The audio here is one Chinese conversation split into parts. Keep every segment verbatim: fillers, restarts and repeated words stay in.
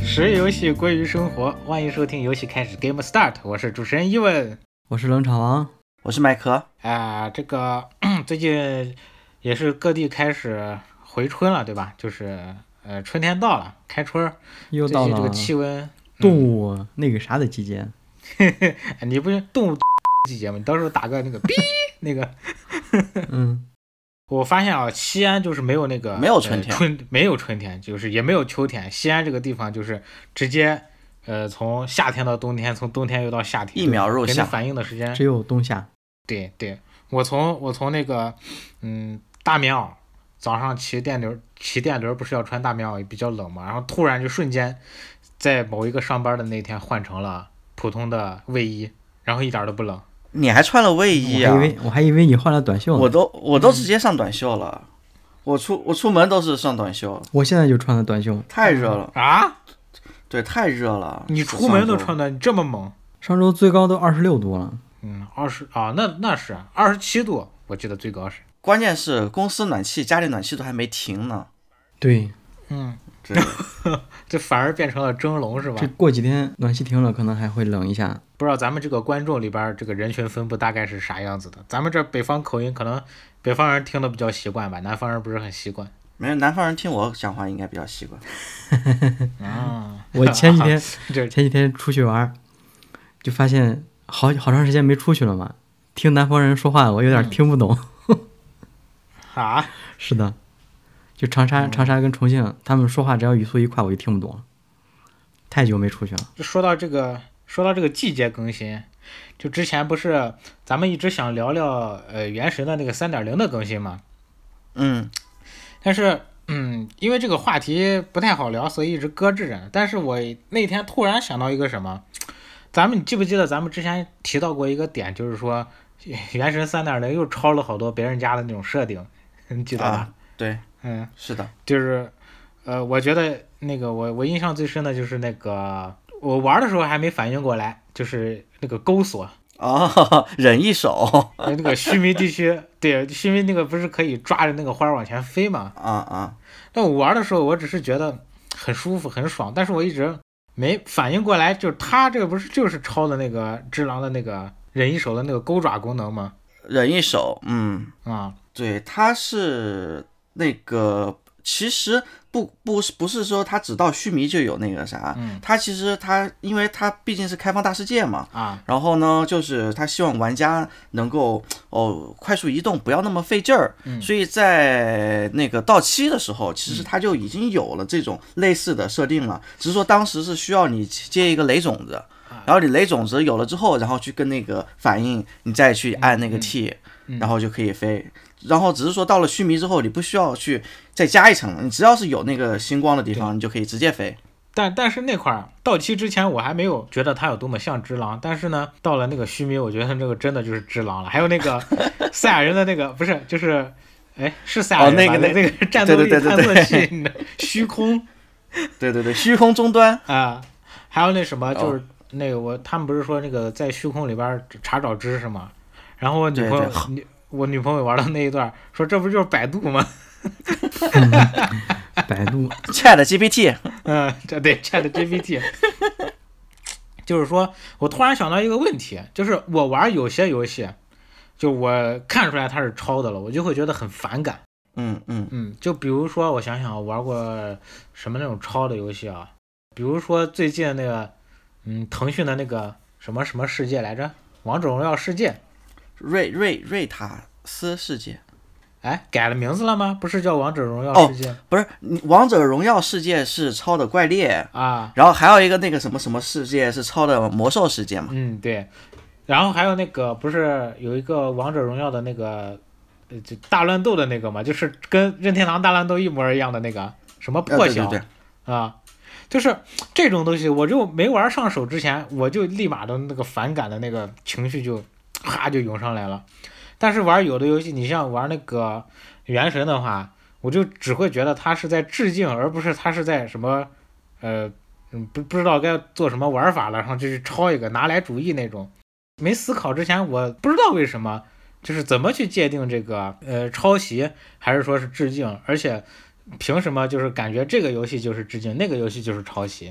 使游戏归于生活，欢迎收听游戏开始 Game Start， 我是主持人伊文， 我是冷场王， 我是麦克。 啊，这个最近也是各地开始回春了，对吧？就是呃春天到了，开春， 又到了这个气温， 动物、嗯、那个啥的季节。 你不是动物季节吗？你到时候打个那个哔那个， 嗯。 我发现啊，西安就是没有那个没有春天、 呃、春没有春天，就是也没有秋天。西安这个地方就是直接，呃，从夏天到冬天，从冬天又到夏天， 一秒入夏， 给你反应的时间只有冬夏。 对对，我从我从那个嗯大棉袄，早上骑电驴骑电驴不是要穿大棉袄，也比较冷嘛，然后突然就瞬间在某一个上班的那天换成了普通的卫衣，然后一点都不冷。 你还穿了卫衣啊？ 我还以为我还以为你换了短袖呢。 我都我都直接上短袖了，嗯、我出我出门都是上短袖。 我现在就穿的短袖。 太热了啊！ 对，太热了。 你出门都穿的这么猛？ 上周最高都二十六度了。 嗯，二十啊，那那是二十七度，我记得最高是。 关键是公司暖气、家里暖气都还没停呢。 对， 嗯，这反而变成了蒸笼是吧？ 这过几天暖气停了，可能还会冷一下。 不知道咱们这个观众里边这个人群分布大概是啥样子的？咱们这北方口音可能北方人听得比较习惯吧，南方人不是很习惯。 没有，南方人听我讲话应该比较习惯。 啊， 我前几天前几天出去玩，就发现好好长时间没出去了嘛，听南方人说话我有点听不懂。 嗯、啊？ 是的，就长沙长沙跟重庆，他们说话只要语速一快我就听不懂了。太久没出去了。 说到这个。说到这个季节更新，就之前不是咱们一直想聊聊呃原神的那个 三点零 的更新嘛， 嗯， 但是嗯因为这个话题不太好聊，所以一直搁置着。但是我那天突然想到一个什么，咱们你记不记得咱们之前提到过一个点，就是说原神 三点零 又抄了好多别人家的那种设定，你记得吧？ 啊、对， 嗯， 是的， 就是呃我觉得那个我我印象最深的就是那个。我玩的时候还没反应过来，就是那个钩索哦，忍一手， 那个须弥地区，对，须弥那个不是可以抓着那个花往前飞吗？ 啊啊！ 但我玩的时候，我只是觉得很舒服、很爽，但是我一直没反应过来，就是他这个不是就是抄的那个只狼的那个忍一手的那个钩爪功能吗？ 忍一手，嗯啊， 对，它是那个。其实不不是不是说它只到须弥就有那个啥， 嗯， 它其实它因为它毕竟是开放大世界嘛， 啊， 然后呢就是它希望玩家能够哦快速移动，不要那么费劲儿， 嗯， 所以在那个到期的时候，其实它就已经有了这种类似的设定了，只是说当时是需要你接一个雷种子，然后你雷种子有了之后，然后去跟那个反应，你再去按那个 T， 嗯， 然后就可以飞。然后只是说到了须弥之后，你不需要去再加一层了，你只要是有那个星光的地方，你就可以直接飞。 但但是那块儿到期之前，我还没有觉得它有多么像只狼，但是呢，到了那个须弥，我觉得这个真的就是只狼了。还有那个赛亚人的那个不是，就是哎是赛亚人吧、 哦、那个那个战斗力探测器，虚空， 对对对，虚空终端啊，还有那什么就是那个我他们不是说那个在虚空里边查找知识嘛，然后我女朋友女。我女朋友玩到那一段，说这不就是百度吗？ 嗯、百度 Chat G P T， 嗯，这对 Chat G P T， 就是说我突然想到一个问题，就是我玩有些游戏，就我看出来它是抄的了，我就会觉得很反感。 嗯嗯嗯，就比如说我想想，我玩过什么那种抄的游戏啊？比如说最近那个，嗯，腾讯的那个什么什么世界来着，《王者荣耀世界》。 瑞瑞瑞塔斯世界， 哎，改了名字了吗？不是叫王者荣耀世界？ 哦、不是，王者荣耀世界是抄的怪猎啊， 然后还有一个那个什么什么世界是抄的魔兽世界嘛？ 嗯，对。然后还有那个不是有一个王者荣耀的那个，呃，就大乱斗的那个嘛，就是跟任天堂大乱斗一模一样的那个什么破晓、 啊、对对对啊，就是这种东西，我就没玩上手之前，我就立马的那个反感的那个情绪就。哈就涌上来了，但是玩有的游戏，你像玩那个原神的话，我就只会觉得他是在致敬，而不是他是在什么，呃，不不知道该做什么玩法了，然后就是抄一个拿来主义那种。没思考之前，我不知道为什么，就是怎么去界定这个呃抄袭还是说是致敬，而且凭什么就是感觉这个游戏就是致敬，那个游戏就是抄袭。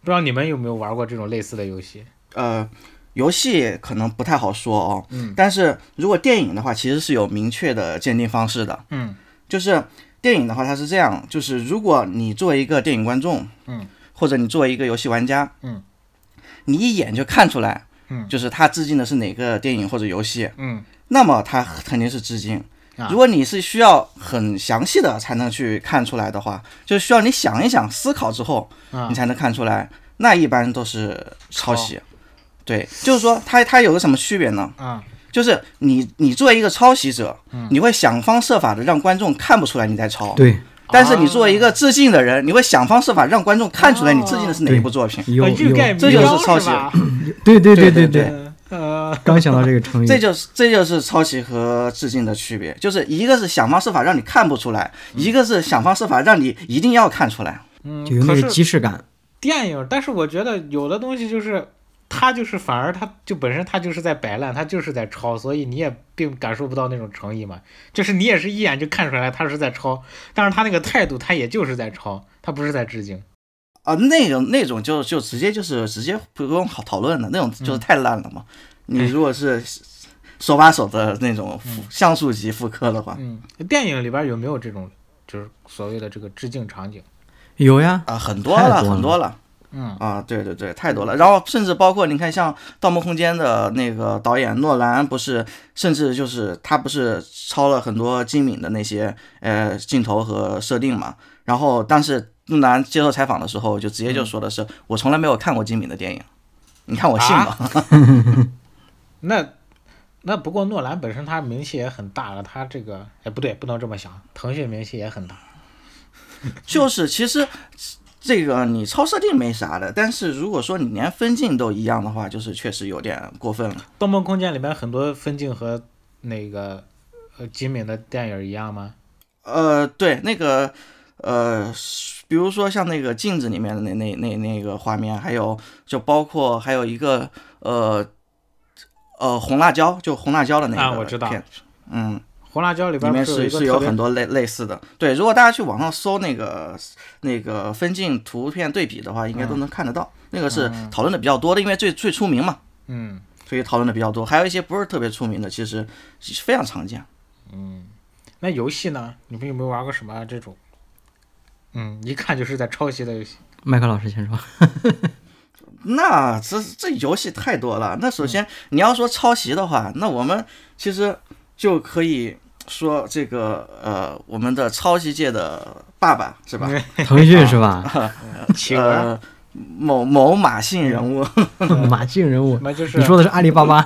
不知道你们有没有玩过这种类似的游戏？ 呃，游戏可能不太好说哦， 嗯， 但是如果电影的话，其实是有明确的鉴定方式的， 嗯， 就是电影的话，它是这样，就是如果你作为一个电影观众， 嗯， 或者你作为一个游戏玩家， 嗯， 你一眼就看出来， 嗯， 就是他致敬的是哪个电影或者游戏， 嗯， 那么他肯定是致敬。 啊如果你是需要很详细的才能去看出来的话，就是需要你想一想、思考之后， 啊你才能看出来，那一般都是抄袭。对，就是说它它有个什么区别呢？ 啊， 就是你你作为一个抄袭者，你会想方设法的让观众看不出来你在抄。 对， 但是你作为一个致敬的人，你会想方设法让观众看出来你致敬的是哪一部作品。 有有， 欲盖弥这就是彰抄袭吧？ 对对对对对， 嗯呃， 刚想到这个成语， 这就是这就是抄袭和致敬的区别，就是一个是想方设法让你看不出来，一个是想方设法让你一定要看出来。 嗯， 就有那个可是即视感。 电影，但是我觉得有的东西就是它就是反而它就本身它就是在摆烂，它就是在抄，所以你也并感受不到那种诚意嘛。就是你也是一眼就看出来他是在抄，但是他那个态度他也就是在抄，他不是在致敬。 啊，那种那种就就直接就是直接不用讨讨论的那种，就是太烂了嘛。你如果是手把手的那种复像素级复刻的话， 嗯，电影里边有没有这种就是所谓的这个致敬场景？ 有呀， 啊，很多了， 太多了很多了。 嗯啊，对对对，太多了。然后甚至包括你看，像《盗梦空间》的那个导演诺兰，不是，甚至就是他不是抄了很多金敏的那些呃镜头和设定嘛。然后当时诺兰接受采访的时候，就直接就说的是，我从来没有看过金敏的电影，你看我信吗？ 啊、那那不过诺兰本身他名气也很大了，他这个哎不对，不能这么想，腾讯名气也很大。 就是其实。这个你抄设定没啥的，但是如果说你连分镜都一样的话，就是确实有点过分了。《 盗梦空间》里面很多分镜和那个呃金敏的电影一样吗？ 呃，对，那个呃，比如说像那个镜子里面的那那那那个画面，还有就包括还有一个呃呃红辣椒，就红辣椒的那个啊，我知道， 嗯。 红辣椒里边里面是是有很多类类似的，对，如果大家去网上搜那个那个分镜图片对比的话，应该都能看得到。嗯、那个是讨论的比较多的，因为最最出名嘛， 嗯， 所以讨论的比较多。还有一些不是特别出名的，其实非常常见。 嗯，那游戏呢？你们有没有玩过什么这种？嗯，一看就是在抄袭的游戏。 麦克老师先说。 那这这游戏太多了。那首先、嗯、你要说抄袭的话，那我们其实就可以。说这个呃，我们的抄袭界的爸爸是吧？ 腾讯是吧？ 呃，某某马姓人物， 马姓人物， 那就是你说的是阿里巴巴，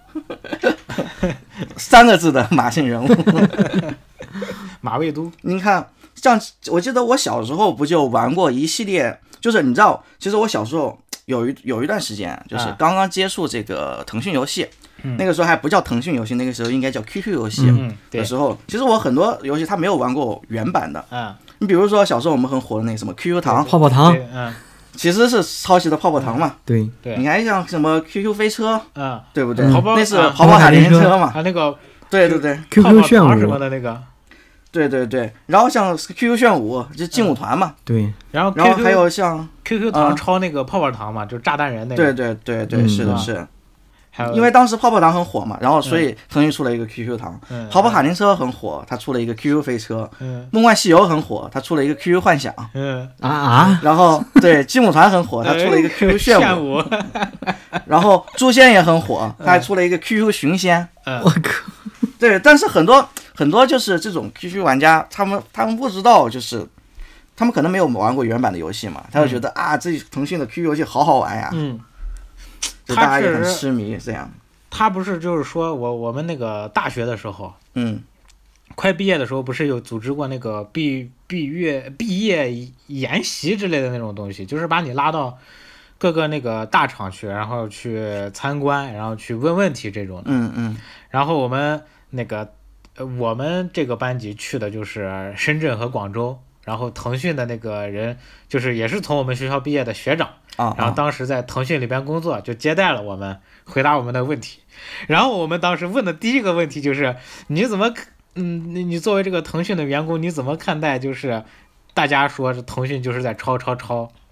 三个字的马姓人物， 马未都。 您看，像我记得我小时候不就玩过一系列，就是你知道，其实我小时候有一有一段时间，就是刚刚接触这个腾讯游戏。 嗯、 那个时候还不叫腾讯游戏，那个时候应该叫 Q Q 游戏的时候， 嗯、 其实我很多游戏它没有玩过原版的。 嗯， 你比如说小时候我们很火的那个什么 Q Q 糖、 泡泡糖， 嗯， 其实是抄袭的泡泡糖嘛。 对对， 你看像什么 Q Q 飞车， 嗯， 对不对？ 跑跑那是跑跑卡丁车嘛。 啊，那个， 对对对 ，Q Q 炫舞什么的那个。 对对对，然后像 Q Q 炫舞就劲舞团嘛。 对， 然后然后还有像 Q Q 糖抄那个泡泡糖嘛，就是炸弹人那个。 对对对对，是的是。因为当时泡泡糖很火嘛，然后所以腾讯出了一个 Q Q 糖， 嗯、 跑跑卡丁车很火，它出了一个 Q Q 飞车， 嗯、 梦幻西游很火，它出了一个 Q Q 幻想， 嗯啊啊， 然后对劲舞团很火，它出了一个 Q Q 炫舞， 然后诛仙也很火，它还出了一个 Q Q 寻仙， 嗯、 我靠， 对，但是很多很多就是这种 Q Q 玩家，他们他们不知道，就是他们可能没有玩过原版的游戏嘛，他就觉得、嗯、啊，这腾讯的 Q Q 游戏好好玩呀， 嗯， 就大家也很痴迷这样。 他不是就是说我我们那个大学的时候， 嗯， 快毕业的时候不是有组织过那个毕毕业毕业研习之类的那种东西，就是把你拉到各个那个大厂去，然后去参观，然后去问问题这种的。 嗯嗯。 然后我们那个呃我们这个班级去的就是深圳和广州，然后腾讯的那个人就是也是从我们学校毕业的学长。 啊， 然后当时在腾讯里边工作，就接待了我们，回答我们的问题。然后我们当时问的第一个问题就是，你怎么，嗯，你作为这个腾讯的员工，你怎么看待就是大家说是腾讯就是在抄抄抄，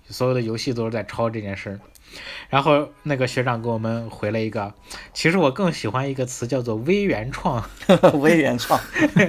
所有的游戏都是在抄这件事儿。然后那个学长给我们回了一个，其实我更喜欢一个词叫做微原创。 微原创。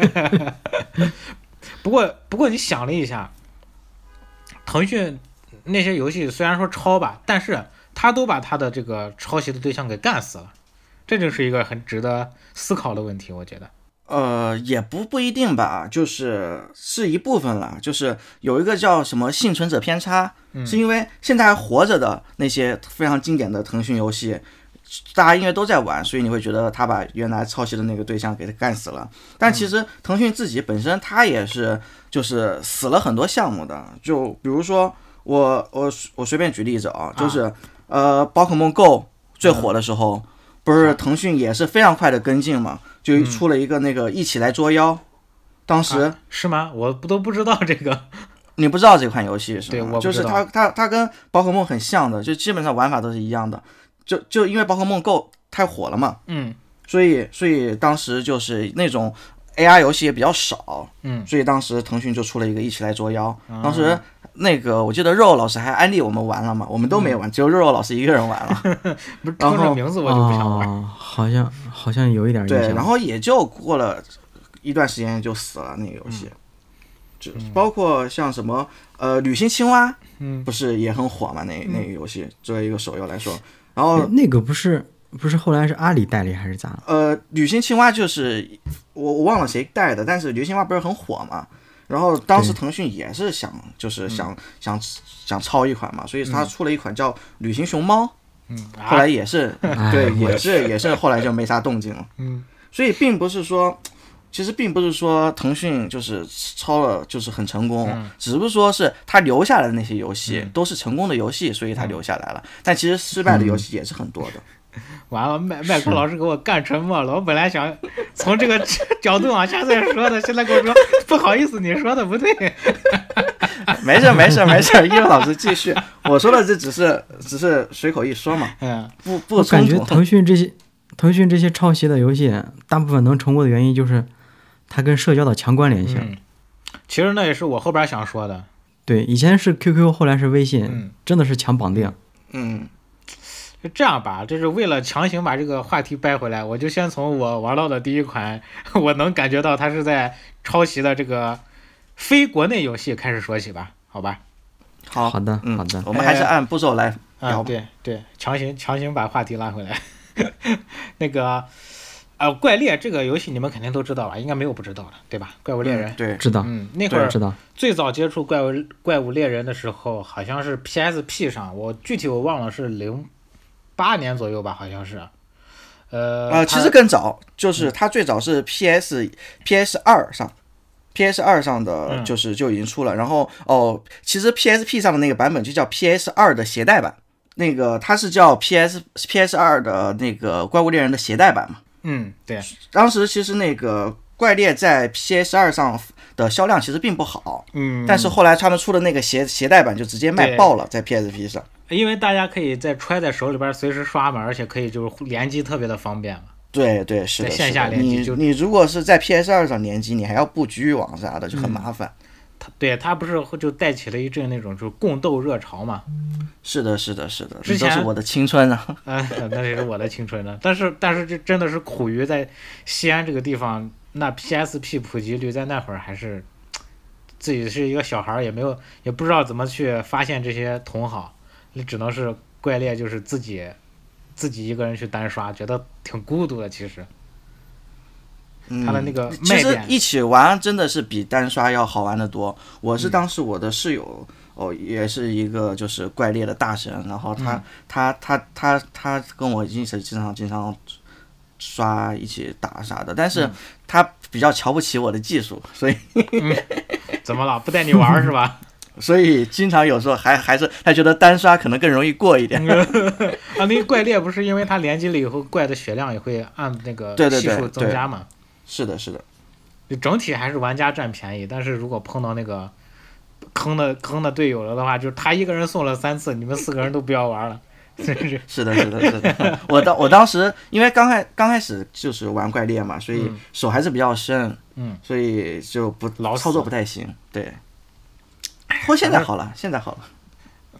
不过不过你想了一下，腾讯那些游戏虽然说抄吧，但是他都把他的这个抄袭的对象给干死了，这就是一个很值得思考的问题，我觉得。 呃，也不不一定吧，就是是一部分了，就是有一个叫什么幸存者偏差， 嗯、 是因为现在还活着的那些非常经典的腾讯游戏，大家因为都在玩，所以你会觉得他把原来抄袭的那个对象给他干死了。但其实腾讯自己本身他也是就是死了很多项目的，就比如说我我我随便举例子啊，就是、啊、呃宝可梦 Go 最火的时候。嗯，不是腾讯也是非常快的跟进嘛，就出了一个那个一起来捉妖，嗯、当时、 啊、是吗？我都不知道这个， 你不知道这款游戏是吗？ 对，我就是它它它跟宝可梦很像的，就基本上玩法都是一样的，就就因为宝可梦 Go 太火了嘛， 嗯， 所以所以当时就是那种 A R 游戏也比较少， 嗯， 所以当时腾讯就出了一个一起来捉妖，嗯、当时。那个我记得肉肉老师还安利我们玩了嘛，我们都没玩，嗯、只有肉肉老师一个人玩了。 不是听这名字我就不想玩， 哦、好像好像有一点印象。 对，然后也就过了一段时间就死了那个游戏，嗯、就包括像什么呃旅行青蛙， 嗯， 不是也很火嘛？那那个游戏作为一个手游来说，然后那个不是不是后来是阿里代理还是咋？ 呃，旅行青蛙就是我我忘了谁带的，但是旅行青蛙不是很火嘛？然后当时腾讯也是想，就是想、嗯、想想抄一款嘛，所以他出了一款叫《旅行熊猫》， 嗯， 后来也是、啊、对，也是也是后来就没啥动静了。 嗯， 所以并不是说，其实并不是说腾讯就是抄了就是很成功， 嗯、 只不是说是他留下来的那些游戏、嗯、都是成功的游戏，所以他留下来了。嗯、但其实失败的游戏也是很多的。 嗯完了，麦麦克老师给我干沉默了。我本来想从这个角度往下再说的，现在跟我说不好意思，你说的不对。 没事没事没事，一文老师继续。我说的这只是只是随口一说嘛， 嗯， 不不我感觉腾讯这些腾讯这些抄袭的游戏，大部分能成功的原因就是它跟社交的强关联性。 嗯、其实那也是我后边想说的。 对，以前是 Q Q， 后来是微信， 嗯、 真的是强绑定。 嗯。 就这样吧，这是为了强行把这个话题掰回来，我就先从我玩到的第一款，我能感觉到它是在抄袭的这个非国内游戏开始说起吧，好吧？ 好好的， 嗯、 好的， 我们还是按步骤来聊、 嗯。对对，强行强行把话题拉回来。那个呃，怪猎这个游戏你们肯定都知道吧？应该没有不知道的，对吧？怪物猎人， 嗯、对， 知道。 嗯，那会儿知道。 最早接触怪物怪物猎人的时候，好像是 P S P 上，我具体我忘了是零。八年左右吧，好像是，呃， 呃，其实更早，就是它最早是 P S、嗯、P S 二上 ，P S 二上的就是就已经出了，嗯、然后哦，其实 P S P 上的那个版本就叫 P S 二的携带版，那个它是叫 P S P S 二的那个怪物猎人的携带版嘛， 嗯，对， 当时其实那个怪猎在 P S 二上的销量其实并不好， 嗯， 但是后来他们出的那个携携带版就直接卖爆了，在 P S P 上。 因为大家可以在揣在手里边随时刷嘛，而且可以就是联机特别的方便嘛。 对对是的， 在线下联机就你你如果是在 P S 二上联机，你还要布局域网啥的，就很麻烦。 嗯、它对它不是就带起了一阵那种就是共斗热潮嘛。 是的是的是的， 之前都是我的青春啊。 嗯、呃，那也是我的青春呢。但是但是这真的是苦于在西安这个地方，那 P S P 普及率在那会儿还是自己是一个小孩，也没有也不知道怎么去发现这些同好。你只能是怪猎，就是自己自己一个人去单刷，觉得挺孤独的。其实， 嗯、 他的那个其实一起玩真的是比单刷要好玩的多。我是当时我的室友、嗯、哦，也是一个就是怪猎的大神，然后他、嗯、他他他他跟我一起经常经常刷一起打啥的，但是他比较瞧不起我的技术，所以、 嗯、怎么了？不带你玩是吧？ 所以经常有时候还还是他觉得单刷可能更容易过一点。 啊，那个怪猎不是因为它联机了以后，怪的血量也会按那个系数增加嘛？ 是的，是的。 整体还是玩家占便宜，但是如果碰到那个坑的坑的队友了的话，就是他一个人送了三次，你们四个人都不要玩了。是是的，是的，是的。我当我当时因为刚开刚开始就是玩怪猎嘛，所以手还是比较深， 嗯， 所以就不老操作不太行，对。不过现在好了，现在好了。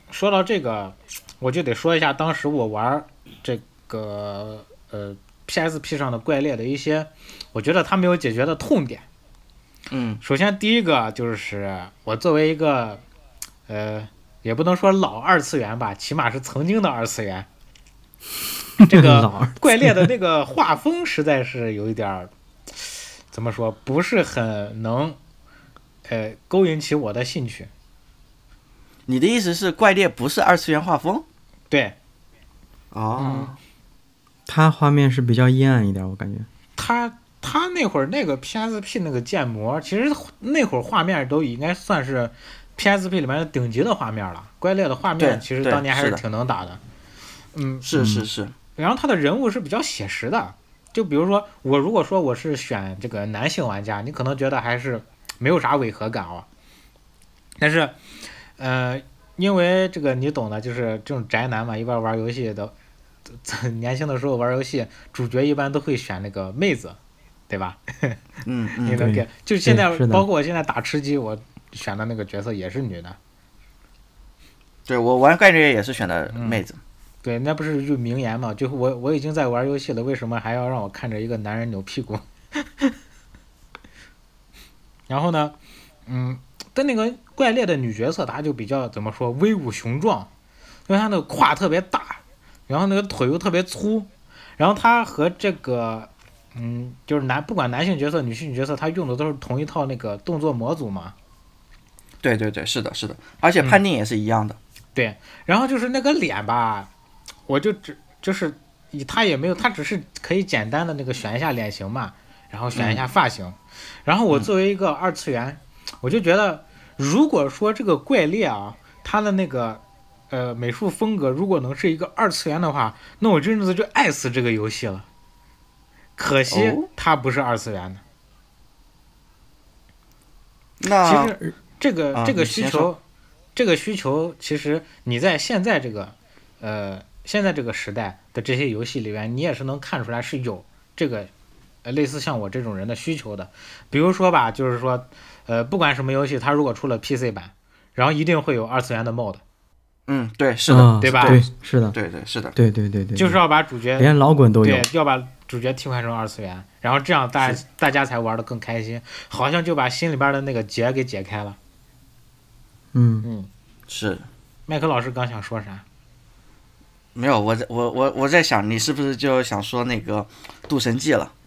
说到这个，我就得说一下当时我玩这个呃 P S P 上的怪猎的一些，我觉得它没有解决的痛点。 嗯， 首先第一个就是我作为一个呃也不能说老二次元吧，起码是曾经的二次元，这个怪猎的那个画风实在是有一点儿怎么说，不是很能呃勾引起我的兴趣。 你的意思是怪猎不是二次元画风？ 对。 哦。 嗯， 它画面是比较阴暗一点，我感觉。 它它那会儿那个 P S P 那个建模，其实那会儿画面都应该算是 P S P 里面的顶级的画面了。怪猎的画面其实当年还是挺能打的。嗯， 是是是。 然后他的人物是比较写实的，就比如说我如果说我是选这个男性玩家，你可能觉得还是没有啥违和感哦。但是，呃，因为这个你懂的，就是这种宅男嘛，一般玩游戏的，年轻的时候玩游戏，主角一般都会选那个妹子，对吧？ 嗯嗯。 你能给，就现在包括我现在打吃鸡，我选的那个角色也是女的。 对，我玩怪猎也是选的妹子。 嗯，对，那不是就名言嘛？就我我已经在玩游戏了，为什么还要让我看着一个男人扭屁股？然后呢，嗯，但那个怪猎的女角色，她就比较怎么说，威武雄壮，因为她那个胯特别大，然后那个腿又特别粗，然后她和这个，嗯，就是男不管男性角色、女性角色，她用的都是同一套那个动作模组嘛。 对对对，是的，是的，而且判定也是一样的。 嗯、对，然后就是那个脸吧，我就只就是他也没有，他只是可以简单的那个选一下脸型嘛，然后选一下发型。嗯、然后我作为一个二次元，嗯、我就觉得，如果说这个怪猎啊，他的那个呃美术风格如果能是一个二次元的话，那我真的就爱死这个游戏了。可惜它不是二次元的。 那其实这个、啊、这个需求，这个需求，其实你在现在这个呃现在这个时代的这些游戏里边，你也是能看出来是有这个呃类似像我这种人的需求的。比如说吧，就是说呃不管什么游戏，它如果出了 P C 版，然后一定会有二次元的 mod。 嗯，对，是的， 嗯、 对吧？ 对，是的， 对对是的， 对对对对， 就是要把主角连老滚都有， 对，要把主角替换成二次元，然后这样大家大家才玩得更开心，好像就把心里边的那个结给解开了。 嗯嗯， 是。 麦克老师刚想说啥？ 没有，我在我我我在想，你是不是就想说那个《渡神记》了？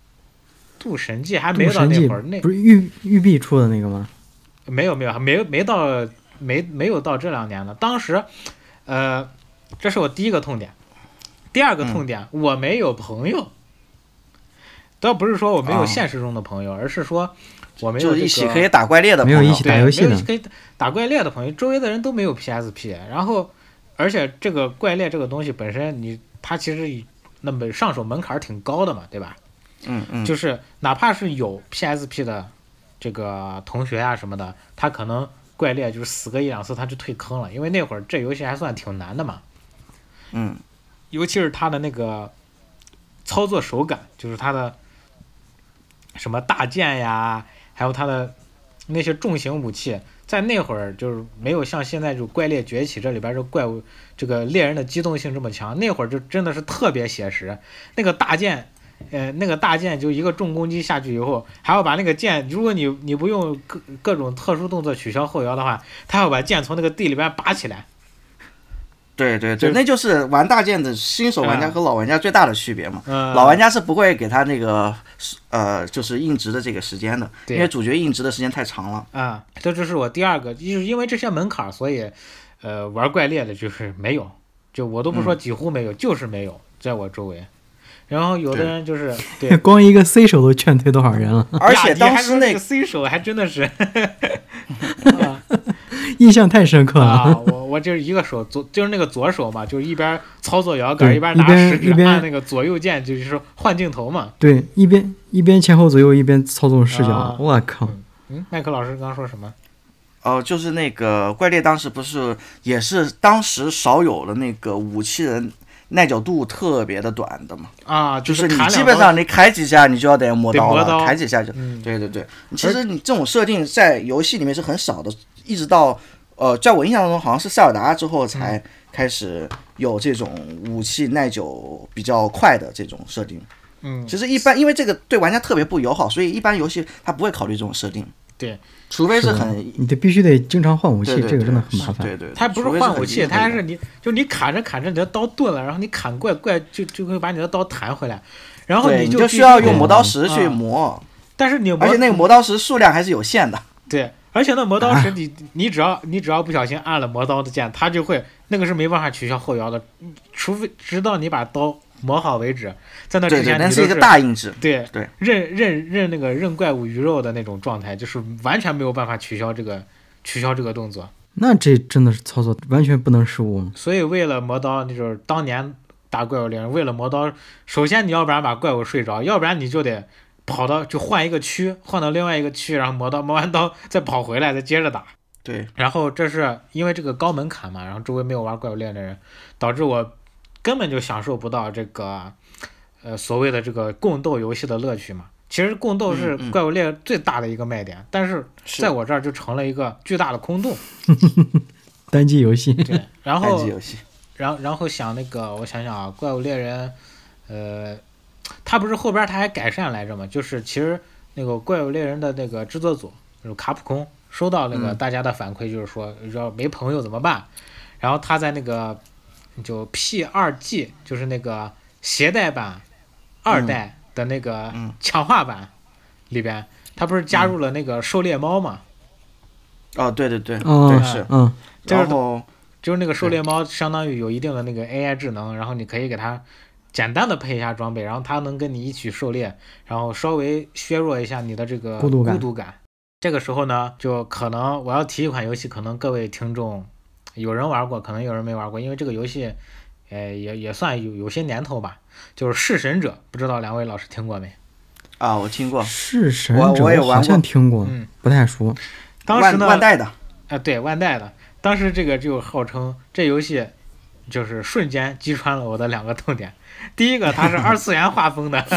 《渡神记》还没到那会儿，那不是育育碧出的那个吗？ 没有没有，没有没到没没有到这两年了。当时，呃，这是我第一个痛点。第二个痛点，嗯、我没有朋友。倒不是说我没有现实中的朋友，哦、而是说我没有、这个、 就一起可以打怪猎的朋友， 没有一起打游戏的， 没有一起可以打怪猎的朋友，周围的人都没有 P S P， 然后而且这个怪猎这个东西本身你它其实那么上手门槛挺高的嘛，对吧？ 嗯嗯， 就是哪怕是有 P S P 的这个同学啊什么的，他可能怪猎就是死个一两次他就退坑了，因为那会儿这游戏还算挺难的嘛。 嗯， 尤其是它的那个操作手感，就是它的什么大剑呀，还有它的那些重型武器，在那会儿就是没有像现在就怪猎崛起这里边这怪物这个猎人的机动性这么强，那会儿就真的是特别写实。那个大剑，呃，那个大剑就一个重攻击下去以后，还要把那个剑，如果你你不用各各种特殊动作取消后摇的话，他要把剑从那个地里边拔起来。 对对对，那就是玩大剑的新手玩家和老玩家最大的区别嘛。 嗯、 老玩家是不会给他那个呃，就是硬直的这个时间的，因为主角硬直的时间太长了。 啊、嗯，这就是我第二个，就是因为这些门槛，所以呃，玩怪猎的就是没有，就我都不说几乎没有，嗯、就是没有在我周围。然后有的人就是对， 对光一个 C 手都劝退多少人了， 而且当时那个 C 手还真的是。啊印象太深刻了啊！我我就是一个手左，就是那个左手嘛，就是一边操作摇杆，一边拿食指按那个左右键，就是说换镜头嘛。 对，一边一边前后左右，一边操纵视角。啊、我靠！ 嗯，麦克老师刚说什么？ 哦，就是那个怪猎当时不是也是当时少有的那个武器的耐久度特别的短的嘛？ 啊， 就是你基本上你开几下你就要得磨刀了， 刀开几下就， 嗯、 对对对。其实你这种设定在游戏里面是很少的。一直到呃，在我印象中好像是塞尔达之后才开始有这种武器耐久比较快的这种设定。 嗯， 其实一般因为这个对玩家特别不友好，所以一般游戏它不会考虑这种设定。 对， 除非是很你得必须得经常换武器， 对对对这个真的很麻烦。 对对， 它不是换武器，它是是你就你砍着砍着你的刀钝了，然后你砍怪怪就就会把你的刀弹回来，然后你就就需要用磨刀石去磨。 但是你而且那个磨刀石数量还是有限的。 对，而且那磨刀石你、啊、你只要你只要不小心按了磨刀的键，它就会那个是没办法取消后摇的，除非直到你把刀磨好为止。在那之前， 那是一个大硬直。 对对， 任任任那个任怪物鱼肉的那种状态，就是完全没有办法取消这个取消这个动作。 那这真的是操作完全不能失误。 所以为了磨刀，就是当年打怪物猎人，为了磨刀，首先你要不然把怪物睡着，要不然你就得跑到就换一个区，换到另外一个区，然后磨刀，磨完刀再跑回来，再接着打。 对。 然后这是因为这个高门槛嘛，然后周围没有玩怪物猎人的人，导致我根本就享受不到这个。呃，所谓的这个共斗游戏的乐趣嘛，其实共斗是怪物猎人最大的一个卖点，嗯嗯、但是在我这儿就成了一个巨大的空洞。 单机游戏。 对，然后单机游戏， 然后然后想那个，我想想啊，怪物猎人，呃，他不是后边他还改善来着嘛？就是其实那个怪物猎人的那个制作组，就是卡普空，收到那个大家的反馈，就是说要没朋友怎么办？然后他在那个就 P 二 G， 就是那个携带版。二代的那个强化版里边，嗯、他不是加入了那个狩猎猫嘛？ 哦，对对对， 哦、 对是， 嗯， 就是就是那个狩猎猫，相当于有一定的那个 A I 智能，然后你可以给它简单的配一下装备，然后它能跟你一起狩猎，然后稍微削弱一下你的这个孤独感。 孤独感。这个时候呢，就可能我要提一款游戏，可能各位听众有人玩过，可能有人没玩过，因为这个游戏。呃，也也算有有些年头吧，就是《弑神者》，不知道两位老师听过没？ 啊，我听过。 弑神者， 我我也玩过， 好像听过， 嗯， 不太熟。 当时呢， 万代的。 啊、呃，对，万代的。当时这个就号称这游戏就是瞬间击穿了我的两个痛点。第一个，它是二次元画风的。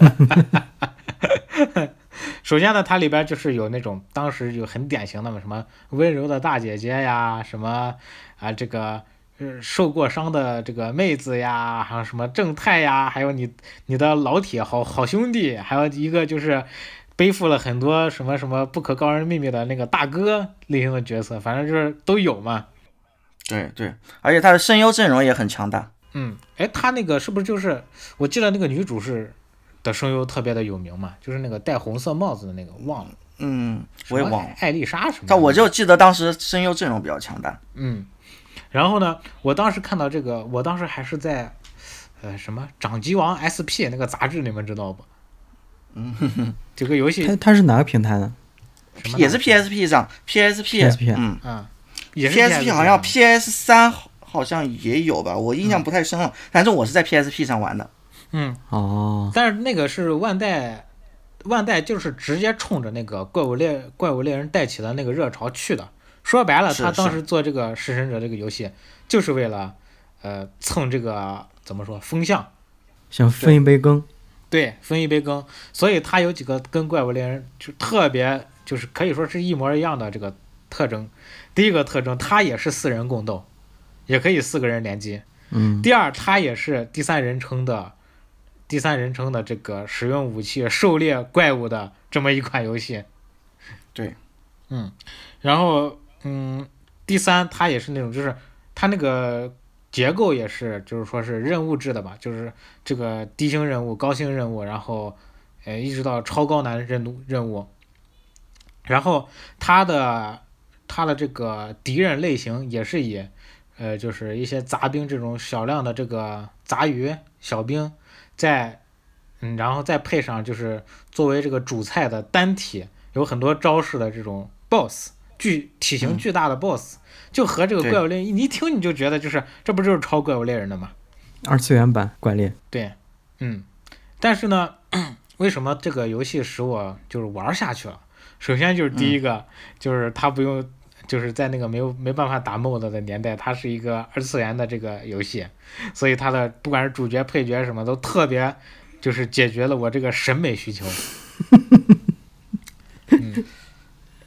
首先呢，它里边就是有那种当时有很典型的嘛，什么温柔的大姐姐呀，什么啊这个。受过伤的这个妹子呀，还有什么正太呀，还有你你的老铁好好兄弟，还有一个就是背负了很多什么什么不可告人秘密的那个大哥类型的角色，反正就是都有嘛。 对对，而且他的声优阵容也很强大。 嗯，哎，他那个是不是就是我记得那个女主是的声优特别的有名嘛？就是那个戴红色帽子的那个，忘了。 嗯，我也忘了。 艾丽莎什么？ 但我就记得当时声优阵容比较强大。 嗯。然后呢，我当时看到这个，我当时还是在，呃，什么掌机王 S P 那个杂志，你们知道不？ 嗯哼哼， 这个游戏它它是哪个平台的？ 也是 P S P 上 ，P S P， 嗯嗯，也是 P S P 好像 P S 三好像也有吧，我印象不太深了，嗯、反正我是在 P S P 上玩的。 嗯， 哦， 但是那个是万代，万代就是直接冲着那个怪物猎怪物猎人带起的那个热潮去的。说白了，他当时做这个《弑神者》这个游戏，就是为了，呃，蹭这个怎么说风向， 想分一杯羹。 对，分一杯羹。所以他有几个跟怪物猎人就特别，就是可以说是一模一样的这个特征。第一个特征，他也是四人共斗，也可以四个人联机。 嗯。 第二，他也是第三人称的，第三人称的这个使用武器狩猎怪物的这么一款游戏。 对， 嗯，然后。嗯，第三，它也是那种，就是它那个结构也是，就是说是任务制的吧，就是这个低星任务、高星任务，然后，呃，一直到超高难任务任务。然后它的它的这个敌人类型也是以，呃，就是一些杂兵这种小量的这个杂鱼小兵，在，嗯，然后再配上就是作为这个主菜的单体，有很多招式的这种 boss。巨体型巨大的 boss，、嗯、就和这个怪物猎人，你一听你就觉得就是这不就是超怪物猎人的吗？ 二次元版怪猎。 对，嗯，但是呢，为什么这个游戏使我就是玩下去了？首先就是第一个，嗯、就是它不用，就是在那个没有没办法打 mod 的年代，它是一个二次元的这个游戏，所以它的不管是主角、配角什么都特别，就是解决了我这个审美需求。嗯。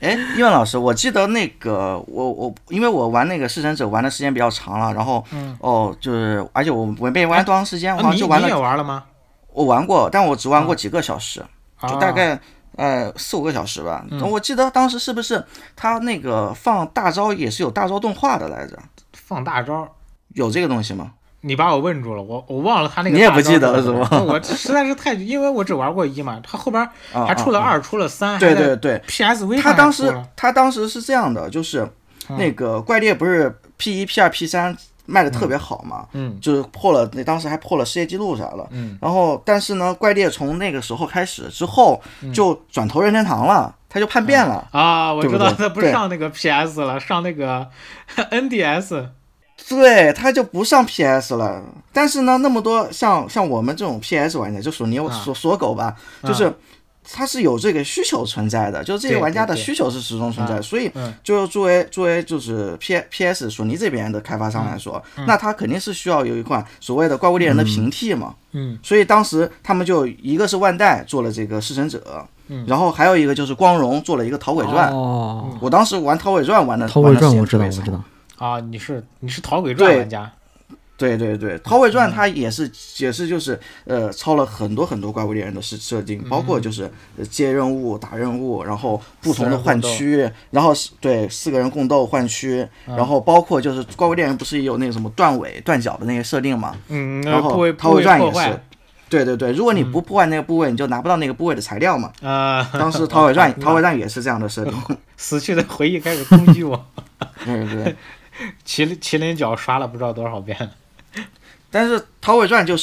哎，伊文老师，我记得那个我我因为我玩那个弑神者玩的时间比较长了，然后、 嗯、 哦就是而且我我没玩多长时间，我好像就玩了。 你你也玩了吗？ 我玩过，但我只玩过几个小时， 啊、 就大概。呃，四五个小时吧。 嗯、 我记得当时是不是他那个放大招也是有大招动画的来着？ 放大招有这个东西吗？ 你把我问住了，我我忘了他那个。 你也不记得了是吗？ 我实在是太，因为我只玩过一嘛，他后边还出了二， 啊啊啊出了三， 对对对 ，P S V 他当时他当时是这样的，就是那个怪猎不是 P 一、P 二、P 三。卖的特别好嘛， 嗯， 就是破了，那当时还破了世界纪录啥的， 嗯， 然后但是呢，怪猎从那个时候开始之后就转投任天堂了，他就叛变了、 嗯、啊，我知道他不是上那个 P S 了，上那个 N D S， 对，他就不上 P S 了。但是呢，那么多像像我们这种 P S 玩家，就属你锁锁狗吧， 啊、 就是它是有这个需求存在的，就是这个玩家的需求是始终存在的，所以就作为作为就是 P P S 索尼这边的开发商来说， 嗯、 那他肯定是需要有一款所谓的怪物猎人的平替嘛， 嗯， 所以当时他们就一个是万代做了这个弑神者， 嗯， 然后还有一个就是光荣做了一个逃鬼传， 哦， 我当时玩逃鬼传玩的， 逃鬼传我知道我知道啊，你是你是逃鬼传玩家。 对对对，逃鬼传它也是、嗯、也是就是呃抄了很多很多怪物猎人的设设定，包括就是接任务、打任务，然后不同的换区，然后对四个人共斗换区， 嗯、 然后包括就是怪物猎人不是也有那个什么断尾断脚的那些设定嘛？ 嗯， 然后逃鬼传也是。对对对，如果你不破坏那个部位，嗯、你就拿不到那个部位的材料嘛。 啊、呃， 当时逃鬼传逃鬼传也是这样的设定。 死去的回忆开始攻击我。 对对对， 麒麟麒麟角刷了不知道多少遍。 但是《逃鬼传》就是，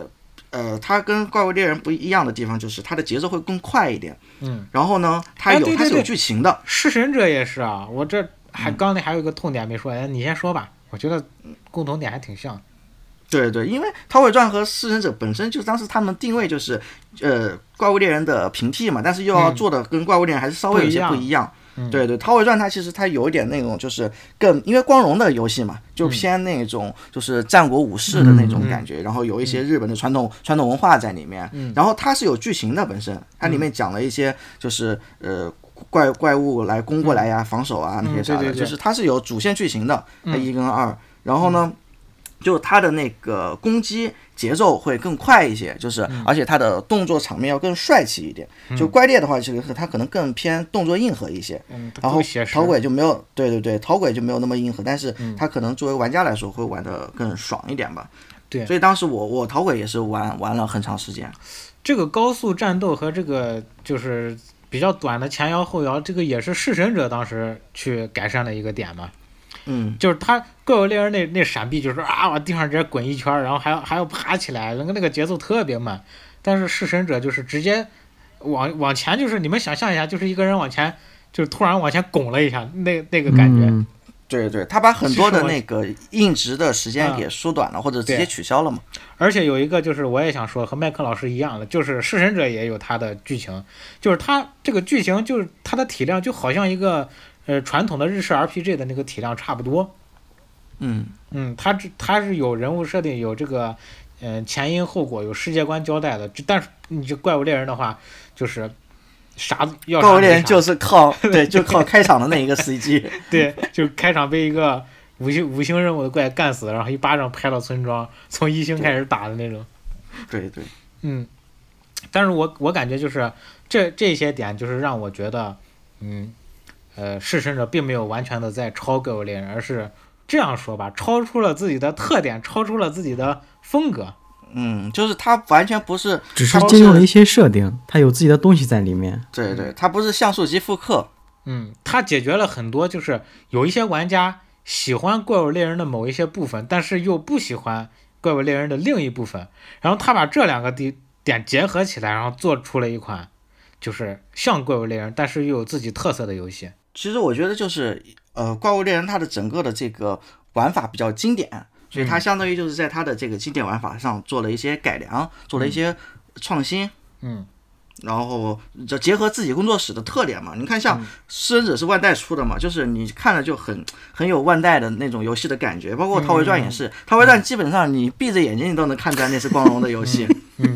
呃，它跟怪物猎人不一样的地方就是它的节奏会更快一点。 嗯。 然后呢，它有、 哎、对对对它是有剧情的。 弑神者也是啊，我这还刚才还有一个痛点没说，哎，你先说吧。我觉得共同点还挺像。 对对，因为《逃鬼传》和弑神者本身就当时他们定位就是，呃，怪物猎人的平替嘛，但是又要做的跟怪物猎人还是稍微有些不一样。 嗯、 对对，《逃鬼传》它其实它有一点那种就是更，因为光荣的游戏嘛，就偏那种就是战国武士的那种感觉， 嗯、 然后有一些日本的传统、嗯、传统文化在里面， 嗯、 然后它是有剧情的本身，它里面讲了一些就是呃怪怪物来攻过来呀、 嗯、 防守啊那些啥的， 嗯、对对对就是它是有主线剧情的，它嗯、 一跟二，然后呢。就它的那个攻击节奏会更快一些，就是而且它的动作场面要更帅气一点。 嗯、 就怪猎的话，这个它可能更偏动作硬核一些， 嗯、 然后逃鬼就没有，对对对，逃鬼就没有那么硬核，但是它可能作为玩家来说会玩得更爽一点吧。 对， 所以当时我我逃鬼也是玩玩了很长时间。 这个高速战斗和这个就是比较短的前摇后摇，这个也是弑神者当时去改善的一个点嘛。 嗯， 就是他怪物猎人那那闪避就是啊往地上直接滚一圈，然后还要还要爬起来，那个那个节奏特别慢。但是弑神者就是直接往往前，就是你们想象一下，就是一个人往前，就是突然往前拱了一下，那那个感觉。 嗯、 对对，他把很多的那个硬直的时间给缩短了， 嗯、 或者直接取消了嘛。 而且有一个就是我也想说，和麦克老师一样的，就是弑神者也有他的剧情，就是他这个剧情就是他的体量就好像一个。呃，传统的日式 R P G 的那个体量差不多。 嗯嗯，它它是有人物设定，有这个，嗯、呃，前因后果，有世界观交代的。但是你这怪物猎人的话，就是啥要啥。 怪物猎人就是靠对，就靠开场的那一个 C G。 对，就开场被一个五星五星任务的怪干死，然后一巴掌拍到村庄，从一星开始打的那种。 对对。 嗯，但是我我感觉就是这这些点，就是让我觉得，嗯。呃，弑神者并没有完全的在超怪物猎人，而是这样说吧，超出了自己的特点，超出了自己的风格。 嗯，就是它完全不是， 只是借用了一些设定，它有自己的东西在里面。 对对，它不是像素级复刻。 嗯，它解决了很多，就是有一些玩家喜欢怪物猎人的某一些部分，但是又不喜欢怪物猎人的另一部分，然后他把这两个点结合起来，然后做出了一款就是像怪物猎人，但是又有自己特色的游戏。 其实我觉得就是呃，怪物猎人它的整个的这个玩法比较经典，所以它相当于就是在它的这个经典玩法上做了一些改良，做了一些创新。 嗯， 然后就结合自己工作室的特点嘛。你看，像《弑神者》是万代出的嘛，就是你看了就很很有万代的那种游戏的感觉。包括《逃鬼传》也是，《逃鬼传》基本上你闭着眼睛你都能看出来那是光荣的游戏。 嗯，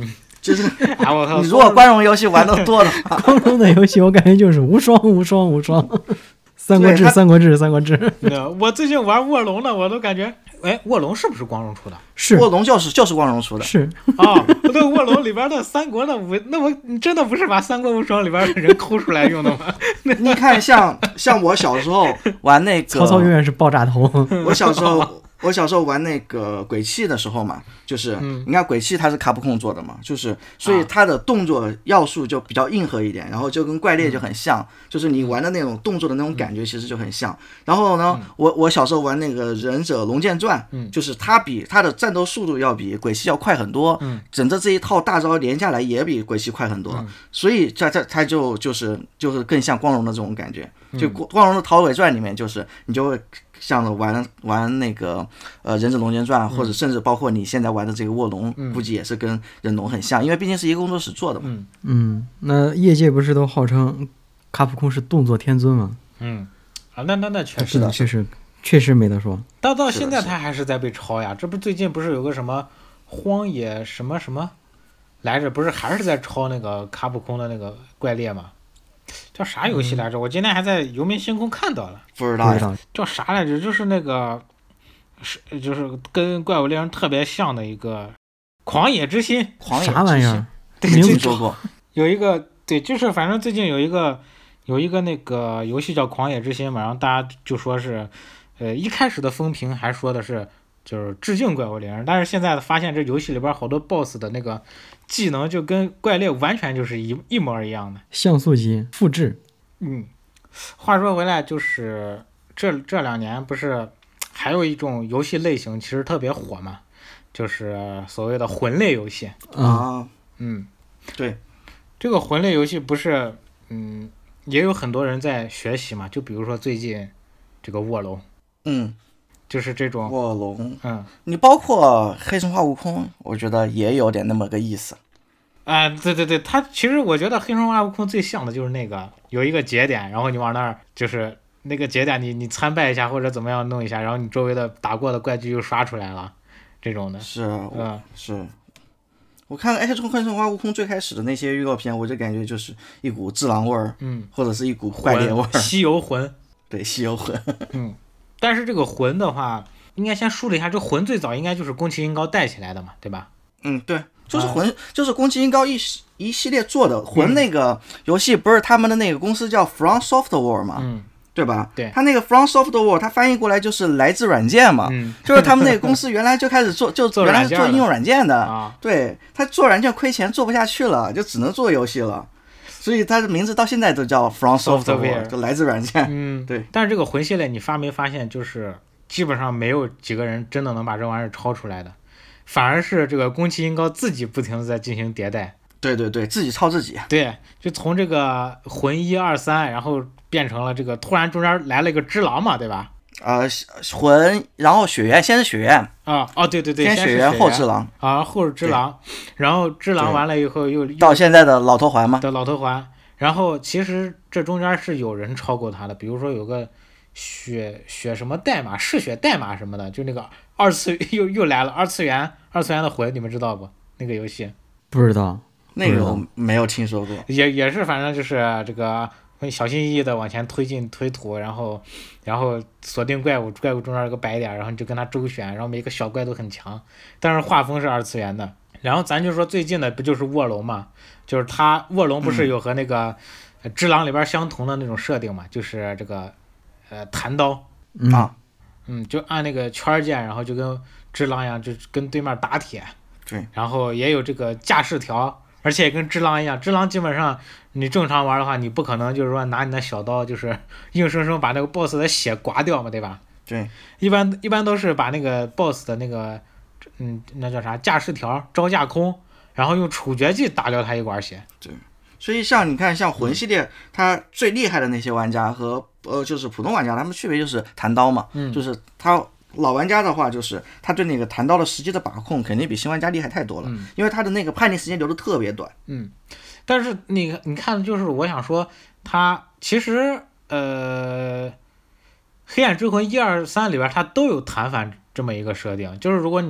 就是啊我操！ 你如果光荣游戏玩的多的话， 光荣的游戏我感觉就是无双无双无双，三国志对它三国志三国志。 我最近玩卧龙呢，我都感觉，哎，卧龙是不是光荣出的？ 是卧龙就是就是光荣出的。 是啊，不对，卧龙里边的三国的武，那我你真的不是把三国无双里边的人抠出来用的吗？ 你看像像我小时候玩那个， 曹操永远是爆炸头。 我小时候。我小时候玩那个鬼泣的时候嘛，就是、 嗯、 你看鬼泣它是卡普空做的嘛，就是所以它的动作要素就比较硬核一点，然后就跟怪猎就很像，嗯、就是你玩的那种动作的那种感觉其实就很像。然后呢，嗯、我我小时候玩那个忍者龙剑传， 嗯、 就是它比它的战斗速度要比鬼泣要快很多， 嗯、 整个这一套大招连下来也比鬼泣快很多， 嗯、 所以它它它就就是就是更像光荣的这种感觉。就光荣的逃鬼传里面，就是你就会像玩玩那个呃忍者龙剑传，或者甚至包括你现在玩的这个卧龙， 嗯、 估计也是跟忍龙很像，因为毕竟是一个工作室做的嘛。 嗯嗯，那业界不是都号称卡普空是动作天尊吗？ 嗯，啊，那那那确实是的，确实确实没得说。 到到现在他还是在被抄呀，这不最近不是有个什么荒野什么什么来着？不是还是在抄那个卡普空的那个怪猎吗？叫啥游戏来着？嗯、我今天还在游民星空看到了， 不知道叫啥来着？就是那个是就是跟怪物猎人特别像的一个狂野之心。 狂野之心啥玩意儿？ 对，听说过。 有一个对，就是反正最近有一个有一个那个游戏叫狂野之心嘛，然后大家就说是，呃，一开始的风评还说的是就是致敬怪物猎人，但是现在发现这游戏里边好多 B O S S 的那个技能就跟怪猎完全就是一一模一样的， 像素级复制。 嗯，话说回来，就是这这两年不是还有一种游戏类型其实特别火嘛，就是所谓的魂类游戏啊。 嗯， 对， 这个魂类游戏不是嗯也有很多人在学习嘛，就比如说最近这个卧龙， 嗯。 就是这种卧龙， 嗯， 你包括黑神话悟空，我觉得也有点那么个意思。 啊、呃，对对对，它其实我觉得黑神话悟空最像的就是那个有一个节点，然后你往那儿就是那个节点你，你你参拜一下或者怎么样弄一下，然后你周围的打过的怪具又刷出来了，这种的。 是， 嗯， 是。我看哎，从黑神话悟空最开始的那些预告片，我就感觉就是一股智狼味儿， 嗯， 或者是一股怪猎味儿， 西游魂。 对，西游魂。 嗯。但是这个魂的话，应该先梳理一下，这魂最早应该就是宫崎英高带起来的嘛，对吧？ 嗯，对，就是魂，啊、就是宫崎英高一一系列做的魂那个游戏，不是他们的那个公司叫 From Software 嘛， 嗯， 对吧？ 对， 他那个 From Software， 它翻译过来就是来自软件嘛， 嗯， 就是他们那个公司原来就开始做，就原来是做应用软件的， 啊、 对，他做软件亏钱做不下去了，就只能做游戏了。所以它的名字到现在都叫 From Software， 就来自软件。 嗯， 对。 但是这个魂系列，你发没发现，就是基本上没有几个人真的能把这玩意儿抄出来的，反而是这个宫崎英高自己不停的在进行迭代。 对对对，自己抄自己。 对，就从这个魂一二三，然后变成了这个，突然中间来了一个只狼嘛，对吧？ 呃，魂，然后血缘，先是血缘啊，哦，对对对， 先血缘后只狼啊，后是只狼，然后只狼完了以后又到现在的老头环吗？ 的老头环，然后其实这中间是有人超过他的，比如说有个血血什么代码，嗜血代码什么的，就那个二次又又来了二次元二次元的魂，你们知道不？那个游戏不知道， 那个我没有听说过， 也也是反正就是这个。小心翼翼的往前推进推土，然后然后锁定怪物，怪物中间有个白点，然后你就跟他周旋，然后每个小怪都很强，但是画风是二次元的。然后咱就说最近的不就是卧龙嘛，就是他卧龙不是有和那个只狼里边相同的那种设定嘛，就是这个呃弹刀啊， 嗯，就按那个圈键，然后就跟只狼一样，就跟对面打铁， 对， 然后也有这个架势条。而且跟只狼一样，只狼基本上你正常玩的话，你不可能就是说拿你的小刀就是硬生生把那个 boss 的血刮掉嘛，对吧？ 对， 一般一般都是把那个 boss 的那个，嗯，那叫啥架势条招架空，然后用处决技打掉他一管血。 对，所以像你看，像魂系列，它最厉害的那些玩家和呃就是普通玩家，他们区别就是弹刀嘛， 嗯， 就是他。老玩家的话，就是他对那个弹刀的实际的把控肯定比新玩家厉害太多了， 嗯、 因为他的那个判定时间留的特别短。 嗯，但是那个你看，就是我想说，他其实呃，黑暗之魂一二三里边它都有弹反这么一个设定，就是如果你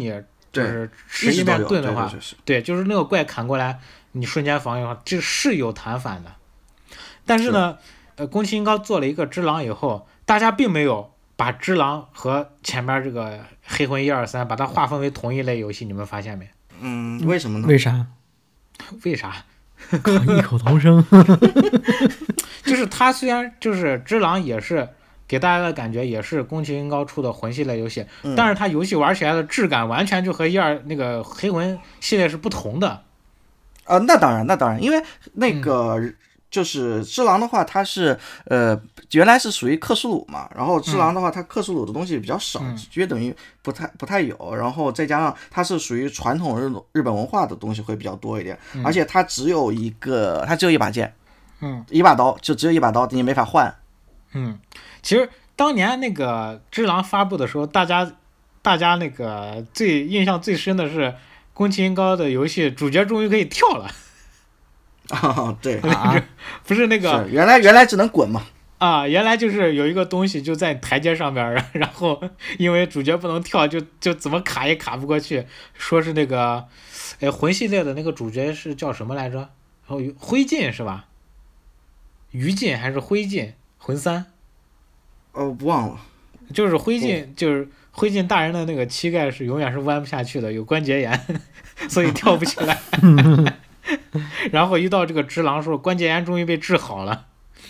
就是持一面盾的话， 对, 对, 对, 对，就是那个怪砍过来，你瞬间防御的话，这是有弹反的。但是呢，是呃，宫崎英高做了一个只狼以后，大家并没有把只狼和前边这个黑魂一二三把它划分为同一类游戏，你们发现没？ 嗯，为什么呢？ 为啥？ 为啥？ 异口同声。 就是它虽然就是只狼也是给大家的感觉也是宫崎英高出的魂系列游戏， 嗯、 但是它游戏玩起来的质感完全就和一二那个黑魂系列是不同的。 啊、呃，那当然，那当然，因为那个。嗯就是只狼的话，它是呃原来是属于克苏鲁嘛，然后只狼的话，它克苏鲁的东西比较少， 嗯、 约等于不太不太有，然后再加上它是属于传统日日本文化的东西会比较多一点， 嗯、 而且它只有一个，它只有一把剑， 嗯， 一把刀，就只有一把刀，你没法换。 嗯，其实当年那个只狼发布的时候，大家大家那个最印象最深的是宫崎英高的游戏主角终于可以跳了。 啊，对啊，不是那个， 是原来原来只能滚嘛。 啊，原来就是有一个东西就在台阶上边，然后因为主角不能跳，就就怎么卡也卡不过去。说是那个，哎，魂系列的那个主角是叫什么来着？然后灰烬是吧？余烬还是灰烬？魂三？ 哦，不忘了。 就是灰烬，就是灰烬大人的那个膝盖是永远是弯不下去的，有关节炎，所以跳不起来。然后一到这个只狼时候，关节炎终于被治好了。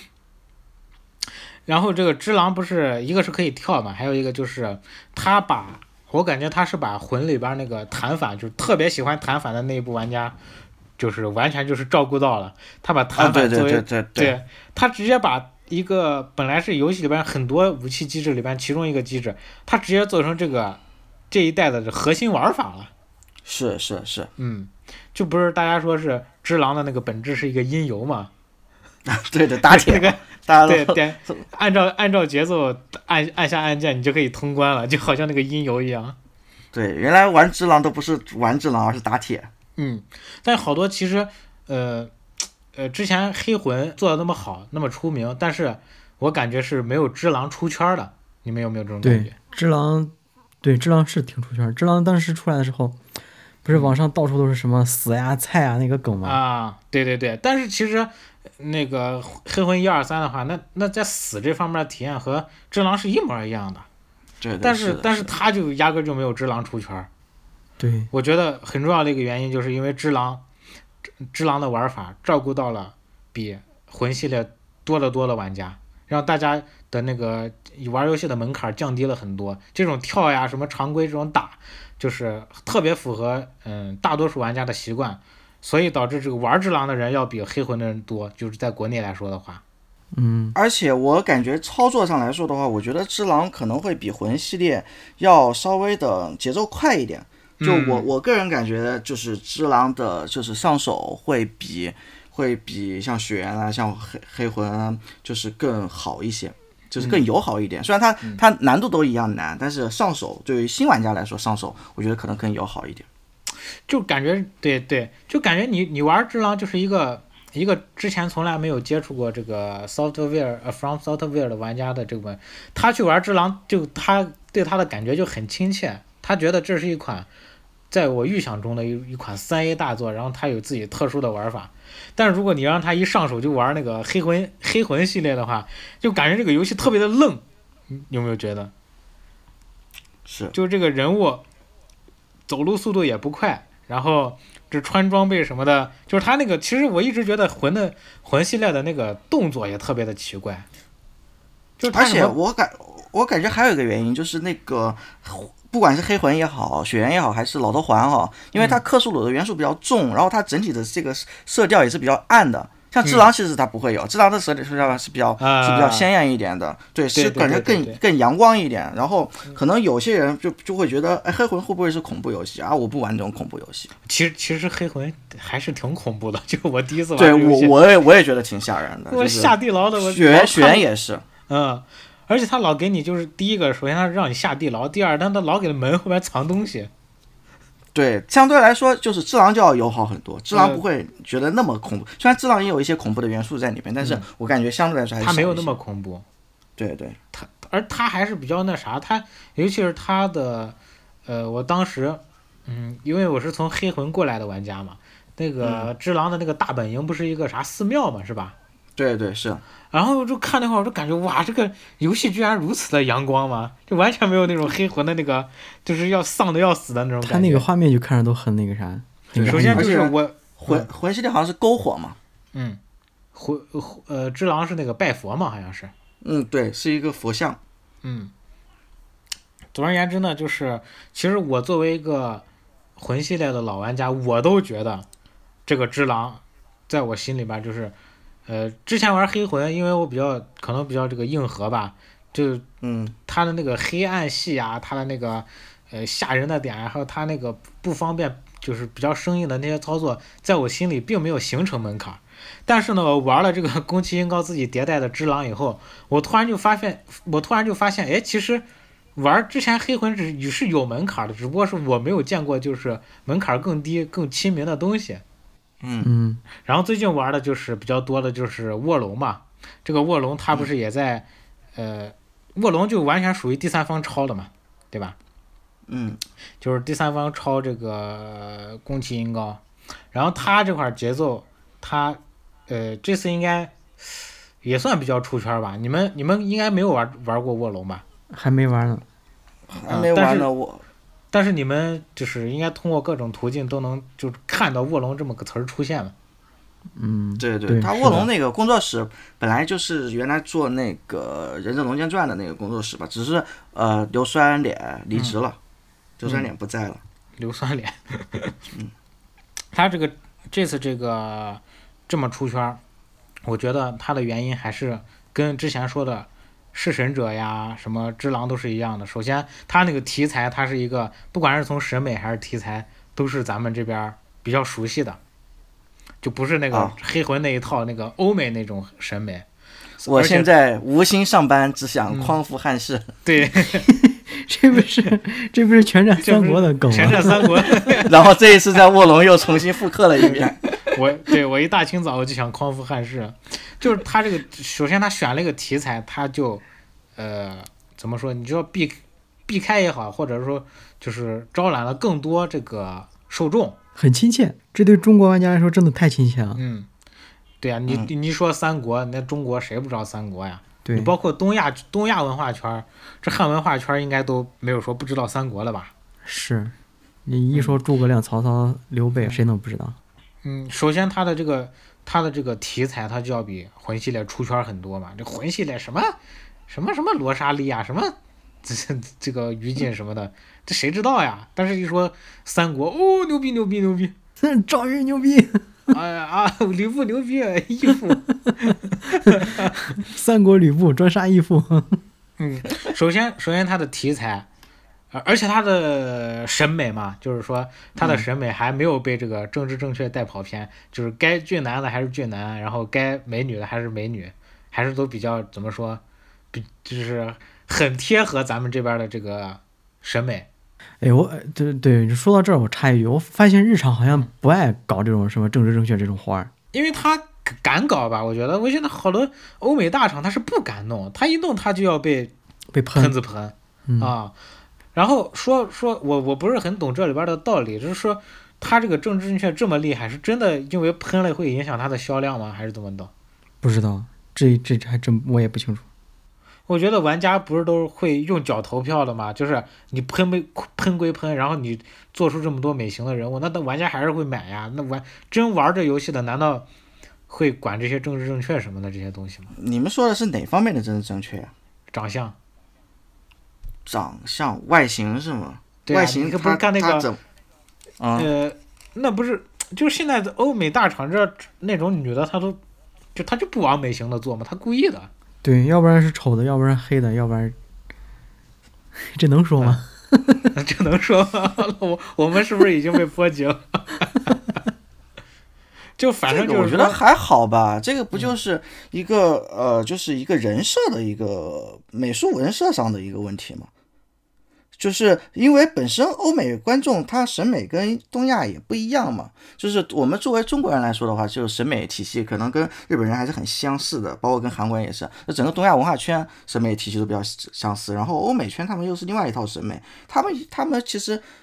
然后这个只狼不是一个是可以跳嘛，还有一个就是他把我感觉他是把魂里边那个弹反，就是特别喜欢弹反的那一部玩家，就是完全就是照顾到了。他把弹反作为、 啊、对对对对对， 对他直接把一个本来是游戏里边很多武器机制里边其中一个机制，他直接做成这个这一代的核心玩法了。 是是是， 嗯，就不是大家说是只狼的那个本质是一个音游嘛？ 对的，打铁那个， 大家对点按照按照节奏按按下按键，你就可以通关了，就好像那个音游一样。 对，原来玩只狼都不是玩只狼，而是打铁。 嗯，但好多其实呃呃之前黑魂做的那么好，那么出名，但是我感觉是没有只狼出圈的。你们有没有这种感觉？ 对，只狼，对只狼是挺出圈。只狼当时出来的时候。不是网上到处都是什么死呀菜啊那个梗吗？ 啊，对对对，但是其实那个黑魂一二三的话，那那在死这方面的体验和只狼是一模一样的。 对对。 但是是但是他就压根就没有只狼出圈。 对。 我觉得很重要的一个原因就是因为只狼，只狼的玩法照顾到了比魂系列多得多的玩家，让大家的那个玩游戏的门槛降低了很多。这种跳呀什么常规这种打。就是特别符合嗯大多数玩家的习惯，所以导致这个玩只狼的人要比黑魂的人多，就是在国内来说的话。 嗯， 而且我感觉操作上来说的话，我觉得只狼可能会比魂系列要稍微的节奏快一点。就我、 嗯、 我个人感觉，就是只狼的，就是上手会比会比像血缘啊，像黑黑魂啊，就是更好一些。就是更友好一点，嗯、虽然它它难度都一样难，但是上手对于新玩家来说上手，我觉得可能更友好一点。 就感觉对对，就感觉你你玩只狼就是一个一个之前从来没有接触过这个 software、呃、from software 的玩家的这个，他去玩只狼，就他对他的感觉就很亲切，他觉得这是一款在我预想中的一一款三 A 大作，然后它有自己特殊的玩法。但是如果你让他一上手就玩那个黑魂黑魂系列的话，就感觉这个游戏特别的愣，你有没有觉得？ 是， 就这个人物走路速度也不快，然后这穿装备什么的，就是他那个，其实我一直觉得魂的魂系列的那个动作也特别的奇怪。就是而且我感我感觉还有一个原因，就是那个。不管是黑魂也好，血缘也好，还是老头环哈，因为它克苏鲁的元素比较重，嗯、然后它整体的这个色调也是比较暗的。像只狼其实它不会有，嗯、只狼的色调是比较、 啊、 是比较鲜艳一点的，对，是感觉更更阳光一点。然后可能有些人就就会觉得，哎，黑魂会不会是恐怖游戏啊？我不玩这种恐怖游戏。 其实其实黑魂还是挺恐怖的，就我第一次玩对我我也我也觉得挺吓人的。 我下地牢的，我血缘血缘也是， 嗯。而且他老给你就是第一个，首先他让你下地牢，第二，但他老给门后面藏东西。 对，相对来说就是只狼就要友好很多，只狼不会觉得那么恐怖。嗯、虽然只狼也有一些恐怖的元素在里面，但是我感觉相对来说还是他没有那么恐怖。 对对， 他而他还是比较那啥，他尤其是他的，呃，我当时嗯，因为我是从黑魂过来的玩家嘛，那个只狼的那个大本营不是一个啥寺庙嘛，是吧？ 对对是。 然后就看那会儿，我就感觉哇，这个游戏居然如此的阳光嘛，就完全没有那种黑魂的那个就是要丧的要死的那种感觉。 他那个画面就看着都很那个啥。 首先就是我魂魂系列好像是篝火嘛。 嗯。魂呃，只狼是那个拜佛嘛，好像是。 嗯，对，是一个佛像。 嗯。总而言之呢，就是其实我作为一个魂系列的老玩家，我都觉得这个只狼在我心里边就是，呃，之前玩黑魂，因为我比较可能比较这个硬核吧，就嗯， 他的那个黑暗系啊，他的那个呃吓人的点，还有他那个不方便，就是比较生硬的那些操作，在我心里并没有形成门槛。但是呢，我玩了这个宫崎英高自己迭代的只狼以后，我突然就发现，我突然就发现，哎，其实玩之前黑魂只是有门槛的，只不过是我没有见过就是门槛更低、更亲民的东西。 嗯嗯。 然后最近玩的就是比较多的就是卧龙嘛，这个卧龙它不是也在，呃，卧龙就完全属于第三方抄的嘛，对吧？ 嗯， 就是第三方抄这个宫崎英高，然后他这块节奏，他呃这次应该也算比较出圈吧？你们你们应该没有玩玩过卧龙吧？ 还没玩呢。 还没玩呢我。 但是你们就是应该通过各种途径都能就看到卧龙这么个词儿出现了。 嗯， 对对， 他卧龙那个工作室本来就是原来做那个《忍者龙剑传》的那个工作室吧，只是呃硫酸脸离职了，硫酸脸不在了。 硫酸脸。 嗯， 他这个这次这个这么出圈，我觉得他的原因还是跟之前说的弑神者呀、什么只狼都是一样的。首先，他那个题材，它是一个不管是从审美还是题材，都是咱们这边比较熟悉的，就不是那个黑魂那一套、啊、那个欧美那种审美。 我现在无心上班，只想匡扶汉室。 嗯、对。 这不是这不是全战三国的梗吗？ 全战三国。 然后这一次在卧龙又重新复刻了一遍。 我对我一大清早我就想匡扶汉室，就是他这个首先他选了一个题材，他就呃怎么说？你就要避避开也好，或者说就是招揽了更多这个受众， 很亲切。这对中国玩家来说真的太亲切了。 嗯，对啊，你你说三国，那中国谁不知道三国呀？ 对， 你包括东亚东亚文化圈，这汉文化圈应该都没有说不知道三国了吧？ 是，你一说诸葛亮、曹操、刘备，谁能不知道？ 嗯，首先他的这个他的这个题材，他就要比魂系列出圈很多嘛。这魂系列什么什么什么罗莎莉啊，什么这这个于禁什么的，这谁知道呀？但是一说三国，哦，牛逼牛逼牛逼， 赵云牛逼。 哎呀啊，吕布牛逼，义父。 三国吕布专杀义父。 嗯，首先首先他的题材，而且他的审美嘛，就是说他的审美还没有被这个政治正确带跑偏，就是该俊男的还是俊男，然后该美女的还是美女，还是都比较怎么说，比就是很贴合咱们这边的这个审美。 哎，我对对，说到这儿我插一句，我发现日常好像不爱搞这种什么政治正确这种活儿， 因为他敢搞吧？我觉得，我现在好多欧美大厂他是不敢弄，他一弄他就要被被喷喷子喷、嗯、啊。然后说说我我不是很懂这里边的道理，就是说他这个政治正确这么厉害，是真的因为喷了会影响他的销量吗？还是怎么的？ 不知道，这这还真我也不清楚。 我觉得玩家不是都会用脚投票的吗？就是你喷没喷归喷，然后你做出这么多美型的人物，那那玩家还是会买呀。那玩真玩这游戏的，难道会管这些政治正确什么的这些东西吗？ 你们说的是哪方面的政治正确呀？ 长相。 长相外形是吗？ 对啊、 外形不是干那个， 嗯、 呃，那不是就是现在的欧美大厂这那种女的，她都就她就不往美型的做嘛，她故意的。 对，要不然是丑的，要不然黑的，要不然这能说吗？ 嗯、这能说吗？我我们是不是已经被波及了？就反正就是、 这个、我觉得还好吧，这个不就是一个、嗯、呃，就是一个人设的一个美术文设上的一个问题吗？就是因为本身欧美观众他审美跟东亚也不一样嘛，就是我们作为中国人来说的话，就是审美体系可能跟日本人还是很相似的，包括跟韩国人也是。那整个东亚文化圈审美体系都比较相似，然后欧美圈他们又是另外一套审美，他们他们其实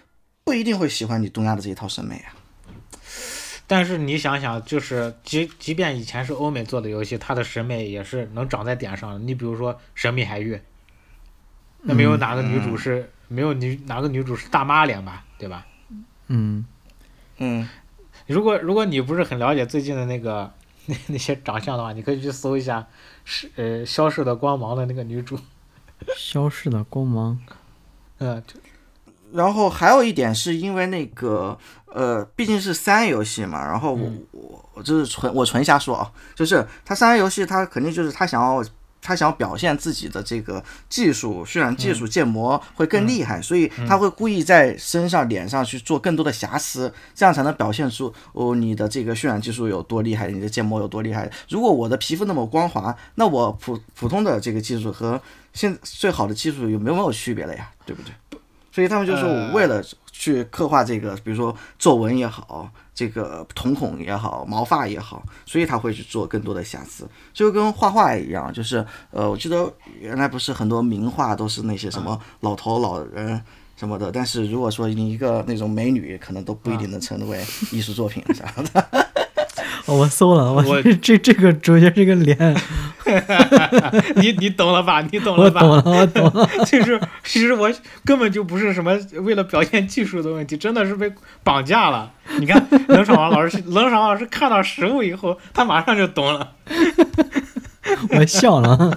不一定会喜欢你东亚的这一套审美啊。 但是你想想，就是即即便以前是欧美做的游戏，它的审美也是能长在点上的。你比如说《神秘海域》，那没有哪个女主是、嗯、没有女哪个女主是大妈脸吧，对吧？ 嗯嗯。 如果如果你不是很了解最近的那个那那些长相的话，你可以去搜一下，是呃消逝的光芒的那个女主。 消逝的光芒。 嗯。 然后还有一点是因为那个呃，毕竟是三 A 游戏嘛，然后我、嗯、我我就是纯我纯瞎说啊，就是他三 A 游戏他肯定就是他想要他想要表现自己的这个技术，渲染技术、建模会更厉害、嗯，所以他会故意在身上、脸上去做更多的瑕疵，这样才能表现出哦你的这个渲染技术有多厉害，你的建模有多厉害。如果我的皮肤那么光滑，那我普普通的这个技术和现最好的技术有没有区别了呀？对不对？所以他们就是为了去刻画这个，比如说皱纹也好，这个瞳孔也好，毛发也好，所以他会去做更多的瑕疵，就跟画画一样，就是呃，我记得原来不是很多名画都是那些什么老头老人什么的，但是如果说你一个那种美女，可能都不一定能称为艺术作品啥的。 哦、我搜了，我这这个主角这个脸， 你你懂了吧？你懂了吧？ 我懂了，我懂了。 就是其实我根本就不是什么为了表现技术的问题，真的是被绑架了。你看冷场王老师，冷场王老师看到实物以后，他马上就懂了。 我笑了。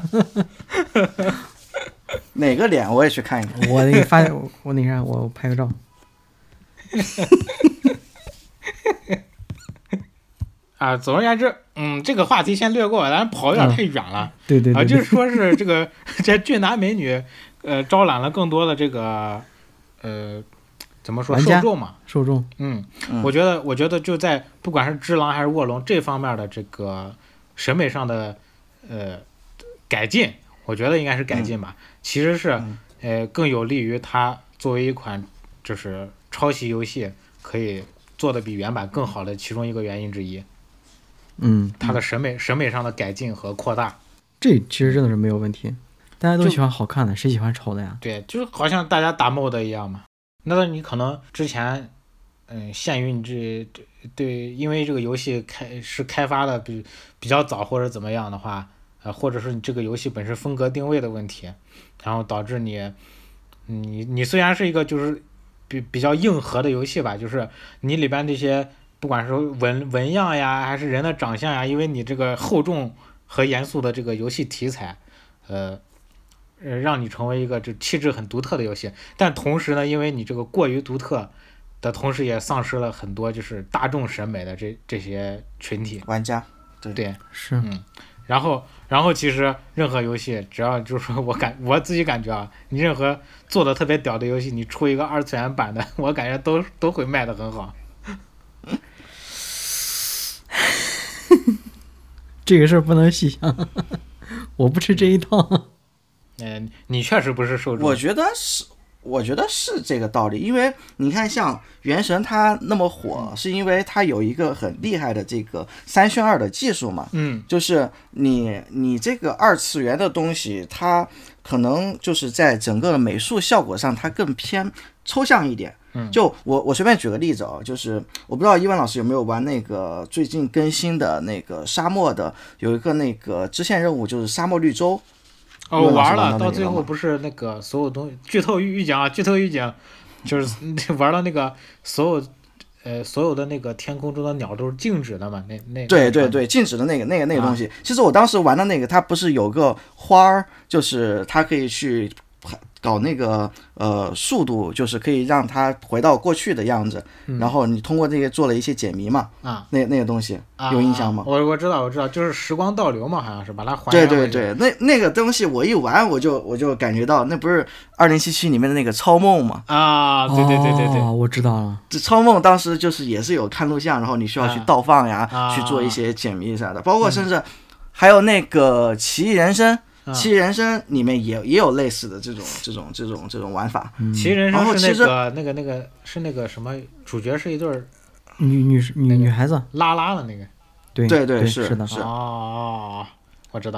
哪个脸我也去看一看。 我那个发我那啥，我拍个照。 啊，总而言之，嗯，这个话题先略过，咱跑有点太远了。 嗯、对, 对对对。 啊，就是说是这个这俊男美女，呃，招揽了更多的这个，呃，怎么说受众嘛？ 受众。 嗯，嗯我觉得，我觉得就在不管是只狼还是卧龙这方面的这个审美上的呃改进，我觉得应该是改进吧。嗯、其实是呃更有利于它作为一款就是抄袭游戏可以做的比原版更好的其中一个原因之一。 嗯， 它的审美审美上的改进和扩大， 这其实真的是没有问题。大家都喜欢好看的，谁喜欢丑的呀？ 对，就好像大家打 mod 一样嘛。那你可能之前，嗯，限于你这对，因为这个游戏开是开发的比比较早或者怎么样的话，呃，或者是你这个游戏本身风格定位的问题，然后导致你，你你虽然是一个就是比比较硬核的游戏吧，就是你里边这些。不管是纹纹样呀，还是人的长相呀，因为你这个厚重和严肃的这个游戏题材，呃，呃，让你成为一个就气质很独特的游戏。但同时呢，因为你这个过于独特的同时，也丧失了很多就是大众审美的这这些群体玩家。对对是嗯，然后然后其实任何游戏，只要就是说我感我自己感觉啊，你任何做的特别屌的游戏，你出一个二次元版的，我感觉都都会卖得很好。 这个事儿不能细想，我不吃这一套。 嗯、呃，你确实不是受众。 我觉得是，我觉得是这个道理，因为你看，像《原神》它那么火，是因为它有一个很厉害的这个三渲二的技术嘛。 嗯， 就是你你这个二次元的东西，它可能就是在整个美术效果上，它更偏抽象一点。就我我随便举个例子啊，就是我不知道伊万老师有没有玩那个最近更新的那个沙漠的，有一个那个支线任务，就是沙漠绿洲。 哦，我玩了，到最后不是那个所有东西剧透预预警啊，剧透预警，就是玩到那个所有呃所有的那个天空中的鸟都是静止的嘛，那那对对对，静止的那个那个那个东西、啊。其实我当时玩的那个，它不是有个花儿，就是它可以去搞那个呃速度，就是可以让它回到过去的样子、嗯、然后你通过这个做了一些解谜嘛啊， 那那个东西、啊、有印象吗？ 我我知道我知道，就是时光倒流嘛，好像是把它还原。 对对对，那那个东西我一玩我就我就感觉到那不是二零七七里面的那个超梦嘛啊，对对对对对， 哦，我知道了。 这超梦当时就是也是有看录像，然后你需要去倒放呀、 啊、 去做一些解谜啥的，包括甚至还有那个奇异人生。奇异人生里面也也有类似的这种这种这种这种玩法。 奇异人生是那个那个那个是那个什么主角是一对女女女女孩子拉拉的那个。 对对对是是的是。 哦，我知道。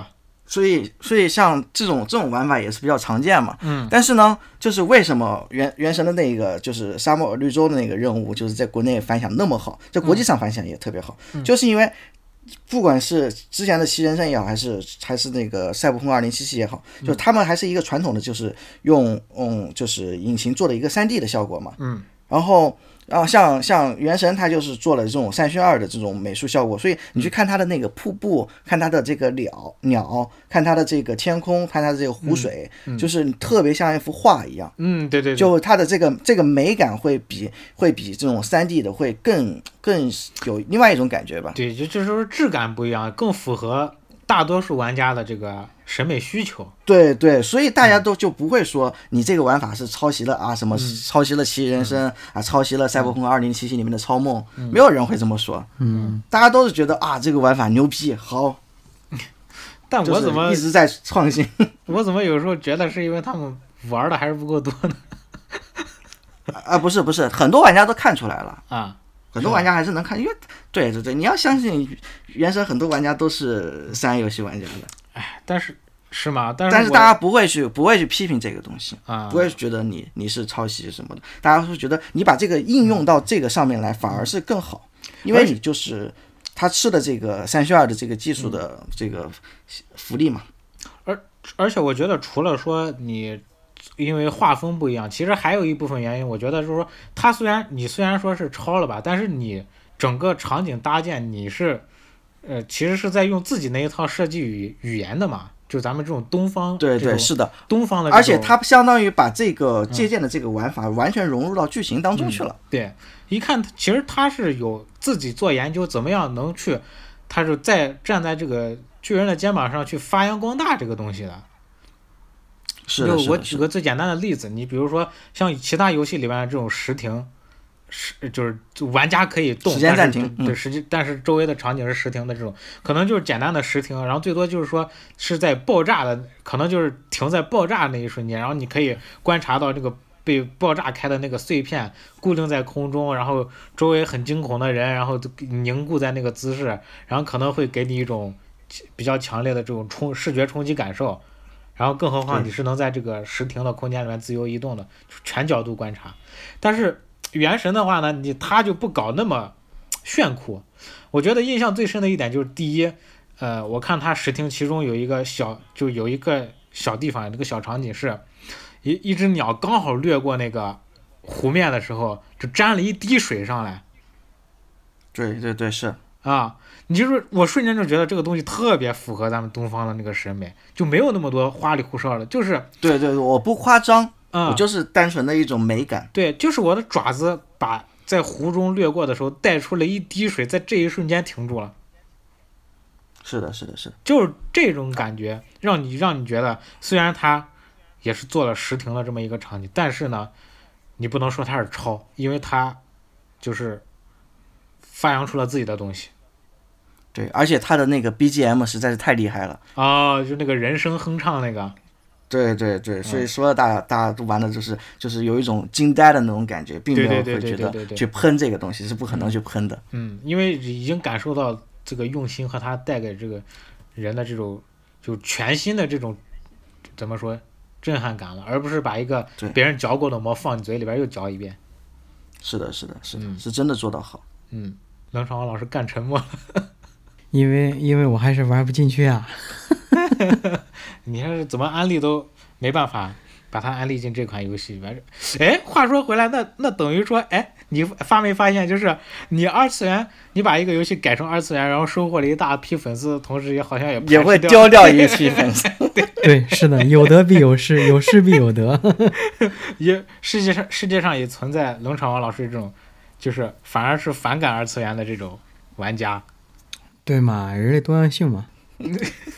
所以所以像这种这种玩法也是比较常见嘛。 嗯， 但是呢，就是为什么原原神的那个就是沙漠绿洲的那个任务，就是在国内反响那么好，在国际上反响也特别好， 嗯、 就是因为。不管是之前的奇人生也好，还是还是那个赛博朋克二零七七也好，就他们还是一个传统的，就是用嗯就是引擎做的一个 三 D 的效果嘛。 嗯， 然后然后像像原神，它就是做了这种三渲二的这种美术效果，所以你去看它的那个瀑布，看它的这个鸟鸟，看它的这个天空，看它的这个湖水， 嗯嗯、 就是特别像一幅画一样。 嗯，对对对， 就它的这个这个美感会比会比这种 三 D 的会更更有另外一种感觉吧。 对，就就是说质感不一样，更符合大多数玩家的这个审美需求。 对对，所以大家都就不会说你这个玩法是抄袭了啊，什么嗯、 抄袭了奇异人生、嗯、啊，抄袭了赛博朋克二零七七里面的超梦、 嗯， 没有人会这么说。 嗯， 大家都是觉得啊，这个玩法牛逼，好。 但我怎么、 就是、一直在创新？ 我怎么有时候觉得是因为他们玩的还是不够多呢？ 啊，不是不是，很多玩家都看出来了啊。 很多玩家还是能看，因为对对对，你要相信原神，很多玩家都是三 A 游戏玩家的。 哎，但是是吗？但是但是大家不会去不会去批评这个东西啊， 不会觉得你你是抄袭什么的，大家会觉得你把这个应用到这个上面来，反而是更好，因为你就是他吃的这个三渲二的这个技术的这个福利嘛。 而而且我觉得除了说你。因为画风不一样，其实还有一部分原因，我觉得就是说，它虽然你虽然说是抄了吧，但是你整个场景搭建你是，呃，其实是在用自己那一套设计语语言的嘛，就咱们这种东方， 对对是的， 东方的， 而且它相当于把这个借鉴的这个玩法完全融入到剧情当中去了。 嗯、对，一看其实他是有自己做研究，怎么样能去，他是在站在这个巨人的肩膀上去发扬光大这个东西的。 是的， 就我举个最简单的例子，你比如说像其他游戏里面的这种时停，是就是玩家可以动， 时间暂停， 对，实际但是周围的场景是实停的这种，可能就是简单的时停，然后最多就是说是在爆炸的，可能就是停在爆炸那一瞬间，然后你可以观察到这个被爆炸开的那个碎片固定在空中，然后周围很惊恐的人，然后凝固在那个姿势，然后可能会给你一种比较强烈的这种冲视觉冲击感受。然后更何况你是能在这个实停的空间里面自由移动的，全角度观察。但是原神的话呢，你他就不搞那么炫酷。我觉得印象最深的一点就是第一，呃，我看他实停其中有一个小，就有一个小地方，这个小场景是一一只鸟刚好掠过那个湖面的时候，就沾了一滴水上来。 对对对，是啊。你就是我瞬间就觉得这个东西特别符合咱们东方的那个审美，就没有那么多花里胡哨的，就是对对，我不夸张， 嗯， 我就是单纯的一种美感。 对，就是我的爪子把在湖中掠过的时候带出了一滴水，在这一瞬间停住了。 是的，是的，是的， 就是这种感觉，让你让你觉得，虽然它也是做了实停的这么一个场景，但是呢，你不能说它是抄，因为它就是发扬出了自己的东西。 对，而且他的那个 B G M 实在是太厉害了哦，就那个人声哼唱那个。 对对对，所以说大家、嗯、大家都玩的就是就是有一种惊呆的那种感觉，并没有会觉得去喷这个东西是不可能去喷的。 嗯，因为已经感受到这个用心和他带给这个人的这种就全新的这种怎么说震撼感了，而不是把一个别人嚼过的馍放你嘴里边又嚼一遍。 是的，是的，是的、 嗯， 是真的做得好。 嗯，冷场王老师干沉默了。 因为因为我还是玩不进去啊。 你看是怎么安利都没办法把它安利进这款游戏里边。哎，话说回来，那那等于说，哎，你发没发现，就是你二次元，你把一个游戏改成二次元，然后收获了一大批粉丝，同时也好像也也会丢掉一批粉丝。 对对，是的，有得必有失，有失必有得。 也世界上世界上也存在冷场王老师这种，就是反而是反感二次元的这种玩家。 对嘛，人类多样性嘛。 你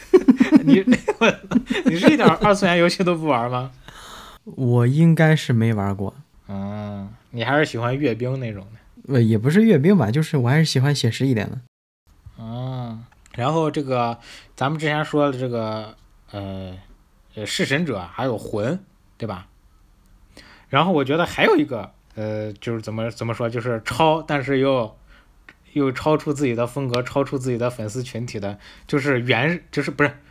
你是一点二次元游戏都不玩吗？ 我应该是没玩过。 嗯，你还是喜欢阅兵那种的？ 呃，也不是阅兵吧，就是我还是喜欢写实一点的。 嗯，然后这个咱们之前说的这个呃，弑神者还有魂，对吧？然后我觉得还有一个呃，就是怎么怎么说，就是抄，但是又。又超出自己的风格，超出自己的粉丝群体的，就是原，就是不是，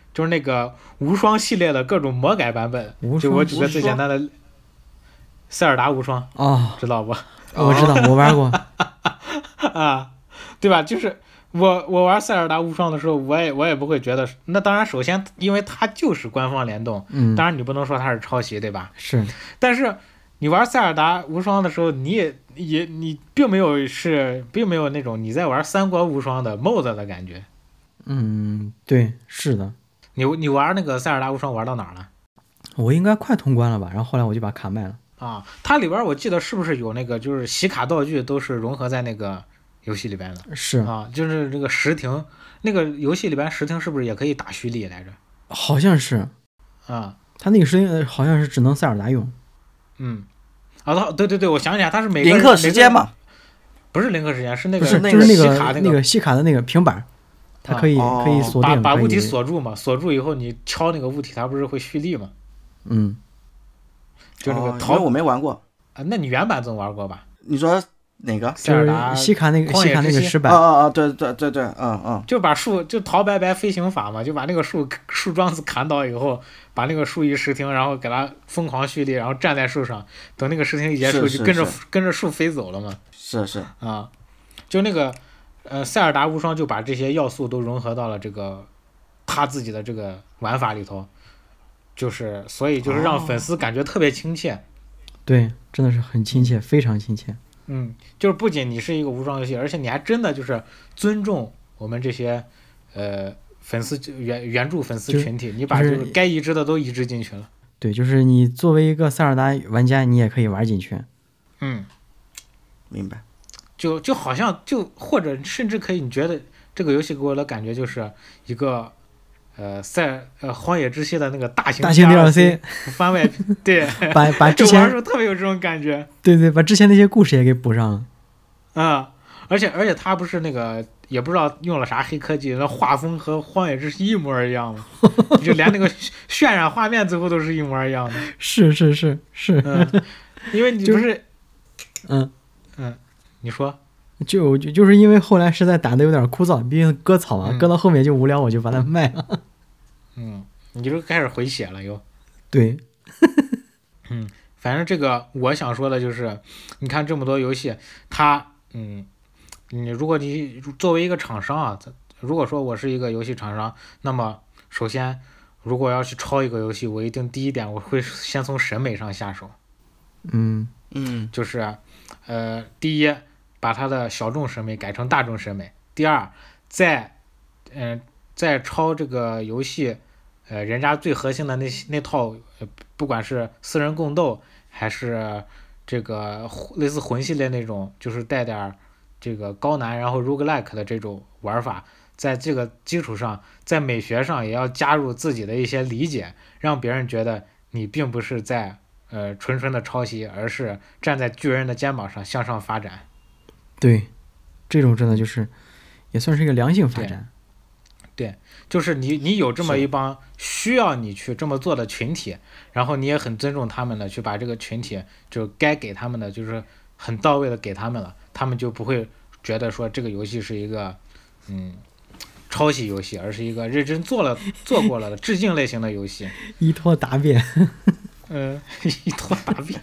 就是那个无双系列的各种魔改版本。 无双就我举个最简单的塞尔达无双， 哦， 知道不？ 我知道，我玩过。 啊，对吧？就是我我玩塞尔达无双的时候，我也我也不会觉得。那当然，首先因为它就是官方联动， 嗯， 当然你不能说它是抄袭，对吧？ 是， 但是你玩塞尔达无双的时候，你也也你并没有是并没有那种你在玩三国无双的 mod 的感觉。 嗯，对，是的。 你你玩那个塞尔达无双玩到哪儿了？ 我应该快通关了吧？然后后来我就把卡卖了。 啊，它里边我记得是不是有那个就是洗卡道具都是融合在那个游戏里边的？ 是啊，就是这个石亭，那个游戏里边石亭是不是也可以打蓄力来着？ 好像是。 啊， 他那个声音好像是只能塞尔达用。 嗯，啊，对对对，我想起来，它是每个零氪时间嘛？ 不是零氪时间，是那个不是那就是那个吸卡那个吸卡的那个平板，它可以、 啊、 可以锁定， 把把物体可以锁住嘛，锁住以后你敲那个物体，它不是会蓄力嘛？ 嗯， 就那个哦逃、 因为我没玩过。 啊，那你原版总玩过吧？ 你说哪个？ 塞尔达就是吸卡那个吸卡那旷野之息哦个石板。 哦哦，对对对对，嗯嗯， 就把树就逃白白飞行法嘛，就把那个树树桩子砍倒以后，把那个树一石停，然后给它疯狂蓄力，然后站在树上，等那个石停一结束， 是是就跟着是跟着树飞走了嘛。 是是， 啊，就那个呃塞尔达无双就把这些要素都融合到了这个他自己的这个玩法里头，就是所以就是让哦粉丝感觉特别亲切。 对，真的是很亲切，非常亲切。 嗯，就是不仅你是一个无双游戏，而且你还真的就是尊重我们这些呃粉丝原原著粉丝群体，你把就就是是该移植的都移植进去了。 对，就是你作为一个塞尔达玩家，你也可以玩进去。 嗯， 明白。 就就好像就或者甚至可以，你觉得这个游戏给我的感觉就是一个呃塞呃荒野之息的那个大型大型 D L C 番外，对， 把把之就玩的时前候特别有这种感觉。 对对，把之前那些故事也给补上了。 啊、而且而且他不是那个也不知道用了啥黑科技，那画风和《荒野之息》一模一样嘛，就连那个渲染画面最后都是一模一样的。 是是是是， 嗯，因为你不是， 嗯嗯，你说， 就就就是因为后来实在打的有点枯燥，毕竟割草嘛， 嗯割到后面就无聊，我就把它卖了。 嗯，你就开始回血了又。 对， 嗯，反正这个我想说的就是，你看这么多游戏，它，嗯，你如果你作为一个厂商啊，如果说我是一个游戏厂商，那么首先，如果要去抄一个游戏，我一定第一点我会先从审美上下手， 嗯嗯就是，呃，第一，把它的小众审美改成大众审美；第二，在，嗯、呃，在抄这个游戏，呃，人家最核心的那那套，呃，不管是私人共斗还是这个类似魂系列那种，就是带点这个高难然后 roguelike 的这种玩法，在这个基础上，在美学上也要加入自己的一些理解，让别人觉得你并不是在呃纯纯的抄袭，而是站在巨人的肩膀上向上发展。 对，这种真的就是也算是一个良性发展。 就是你你有这么一帮需要你去这么做的群体，然后你也很尊重他们的，去把这个群体就该给他们的就是很到位的给他们了，他们就不会觉得说这个游戏是一个嗯抄袭游戏，而是一个认真做了做过了的致敬类型的游戏。 一拖答辩。 嗯，一拖答辩。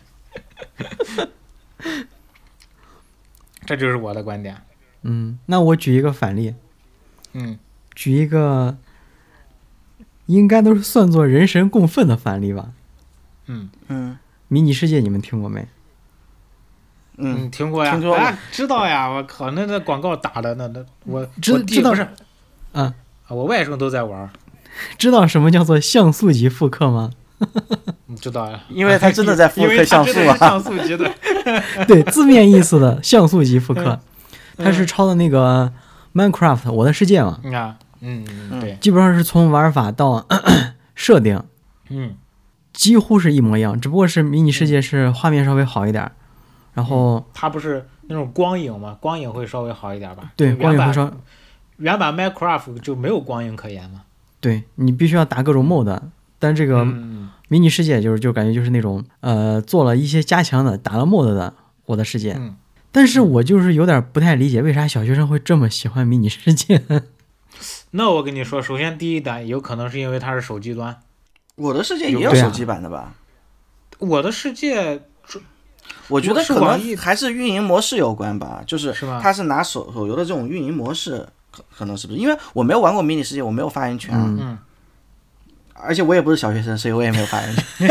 这就是我的观点。 嗯，那我举一个反例。 嗯。 举一个应该都是算作人神共愤的反例吧。 嗯嗯， 迷你世界你们听过没？ 嗯， 听过呀， 听说啊，知道呀，我靠，那那广告打的那那我知我弟知道不是， 啊， 我外甥都在玩， 知道什么叫做像素级复刻吗？ 你知道呀？ 因为他真的在复因为刻像素啊， 他真的是像素级的。 对，字面意思的像素级复刻，它是抄的那个 Minecraft 我的世界嘛。 啊，嗯，对， 基本上是从玩法到咳咳设定， 嗯， 几乎是一模一样，只不过是迷你世界是画面稍微好一点，然后它不是那种光影嘛，光影会稍微好一点吧？ 对， 原版光影会稍原版 Minecraft 就没有光影可言嘛。 对，你必须要打各种 mod，但这个嗯迷你世界就是就感觉就是那种呃做了一些加强的，打了 mod 的我的世界。 嗯， 但是我就是有点不太理解，为啥小学生会这么喜欢迷你世界？ 那我跟你说，首先第一点，有可能是因为它是手机端。 我的世界也有对啊手机版的吧？ 我的世界， 我觉得可是网易能还是运营模式有关吧，就是是吗它是拿手手游的这种运营模式，可可能是不是？因为我没有玩过迷你世界，我没有发言权啊， 嗯嗯， 而且我也不是小学生，所以我也没有发言权。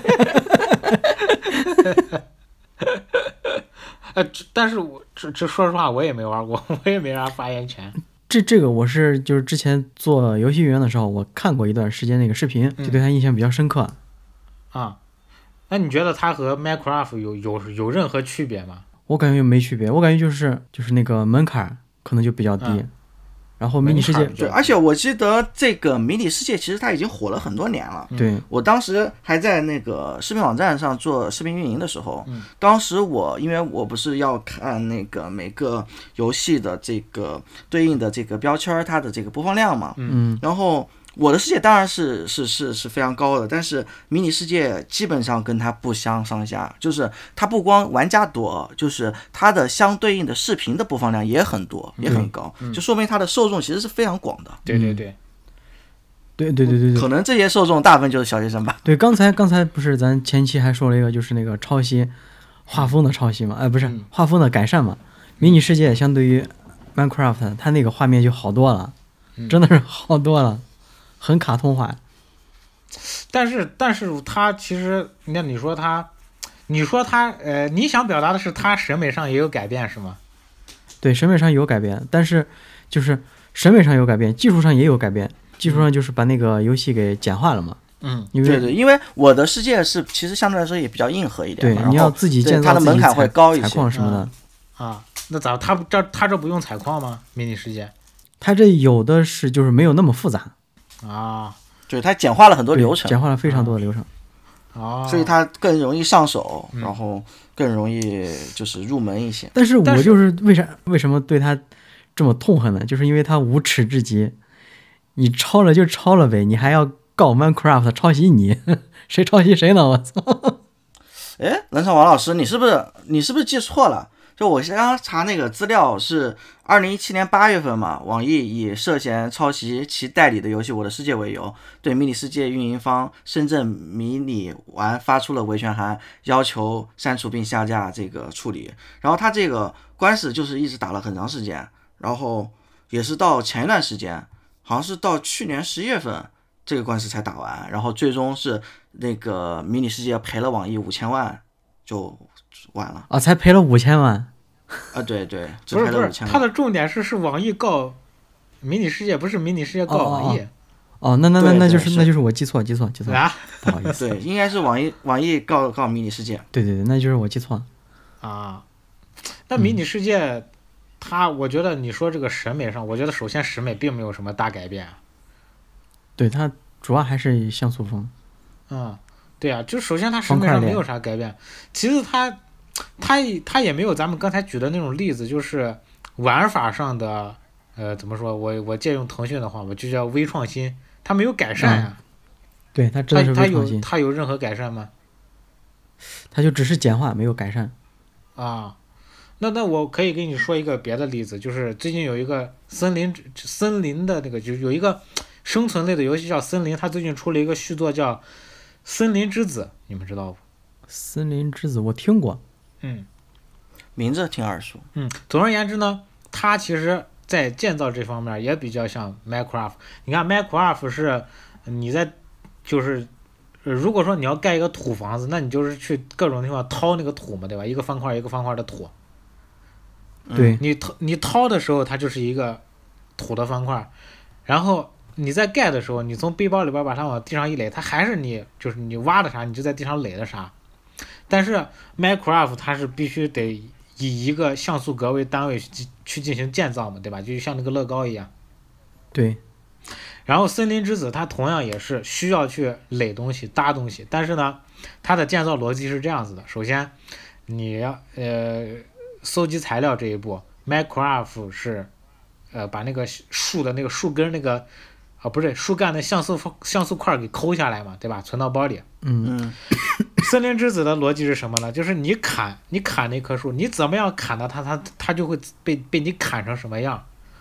呃，这但是我这这说实话，我也没玩过，我也没啥发言权。 这这个我是就是之前做游戏运营的时候，我看过一段时间那个视频，就对他印象比较深刻。 啊，那你觉得它和 Minecraft 有有有任何区别吗？ 我感觉没区别，我感觉就是就是那个门槛可能就比较低， 嗯然后迷你世界门槛对，而且我记得这个迷你世界其实它已经火了很多年了。 对我当时还在那个视频网站上做视频运营的时候， 嗯当时我因为我不是要看那个每个游戏的这个对应的这个标签儿它的这个播放量嘛， 嗯然后我的世界当然是是是是非常高的，但是迷你世界基本上跟它不相上下，就是它不光玩家多，就是它的相对应的视频的播放量也很多，也很高，就说明它的受众其实是非常广的。 对对对， 对对对对对可能这些受众大部分就是小学生吧。 对，刚才刚才不是咱前期还说了一个，就是那个抄袭画风的抄袭嘛，哎，不是嗯画风的改善嘛。迷你世界相对于 Minecraft，它那个画面就好多了，真的是好多了，很卡通化。 但是但是它其实，那你说它，你说它，呃，你想表达的是它审美上也有改变是吗？ 对，审美上有改变，但是就是审美上有改变，技术上也有改变。技术上就是把那个游戏给简化了嘛， 嗯， 因为对对，因为我的世界是其实相对来说也比较硬核一点对嘛，然后你要自己建造自己对它的门槛会采采高一些。 矿什么的。 啊，那咋它不这它这不用采矿吗？迷你世界它这有的是就是没有那么复杂， 啊对，它简化了很多对流程， 简化了非常多的流程。 啊， 所以它更容易上手， 嗯然后更容易就是入门一些。 但是但是我就是为啥为什么对他这么痛恨呢？就是因为他无耻至极，你抄了就抄了呗，你还要告 Minecraft 抄袭你，谁抄袭谁呢？我操！ 哎，冷场王老师，你是不是你是不是记错了？就我刚刚查那个资料是二零一七年八月份嘛，网易以涉嫌抄袭其代理的游戏《我的世界》为由，对迷你世界运营方深圳迷你玩发出了维权函，要求删除并下架这个处理。然后他这个官司就是一直打了很长时间，然后也是到前一段时间，好像是到去年十一月份，这个官司才打完，然后最终是那个迷你世界赔了网易五千万，就完了。 啊，才赔了五千万。 啊，对对，只不是不是， 赔了五千万。 它的重点是是网易告迷你世界，不是迷你世界告网易哦，那那那对那就是对是那就是我记错记错记错， 啊不好意思。 对，应该是网易网易告告迷你世界。 对对对，那就是我记错了。 啊。那迷你世界，它我觉得你说这个审美上，我觉得首先审美并没有什么大改变。 对，它主要还是像素风。 嗯，对啊，就首先它审美上没有啥改变，其次它它它也没有咱们刚才举的那种例子，就是玩法上的呃怎么说，我我借用腾讯的话，我就叫微创新，它没有改善呀、 嗯对，它真的是它它有微创新， 它有任何改善吗？ 它就只是简化，没有改善。 啊，那那我可以给你说一个别的例子，就是最近有一个森林森林的那个，就有一个生存类的游戏叫森林，它最近出了一个续作叫《森林之子》，你们知道不？ 森林之子我听过， 嗯名字挺耳熟。 嗯，总而言之呢，它其实在建造这方面也比较像 Minecraft。你看 Minecraft 是你在就是。呃如果说你要盖一个土房子，那你就是去各种地方掏那个土嘛，对吧？一个方块一个方块的土， 对， 你掏你掏的时候，它就是一个土的方块，然后你在盖的时候，你从背包里边把它往地上一垒，它还是你就是你挖的啥，你就在地上垒的啥。但是 Minecraft 它是必须得以一个像素格为单位去去进行建造嘛，对吧？就像那个乐高一样。 对， 然后森林之子它同样也是需要去垒东西搭东西，但是呢，它的建造逻辑是这样子的：首先，你要呃搜集材料这一步 ，Minecraft 是呃把那个树的那个树根那个啊不是树干的像素像素块给抠下来嘛，对吧？存到包里。 嗯， 嗯， 森林之子的逻辑是什么呢？就是你砍你砍那棵树，你怎么样砍到它，它它就会被被你砍成什么样。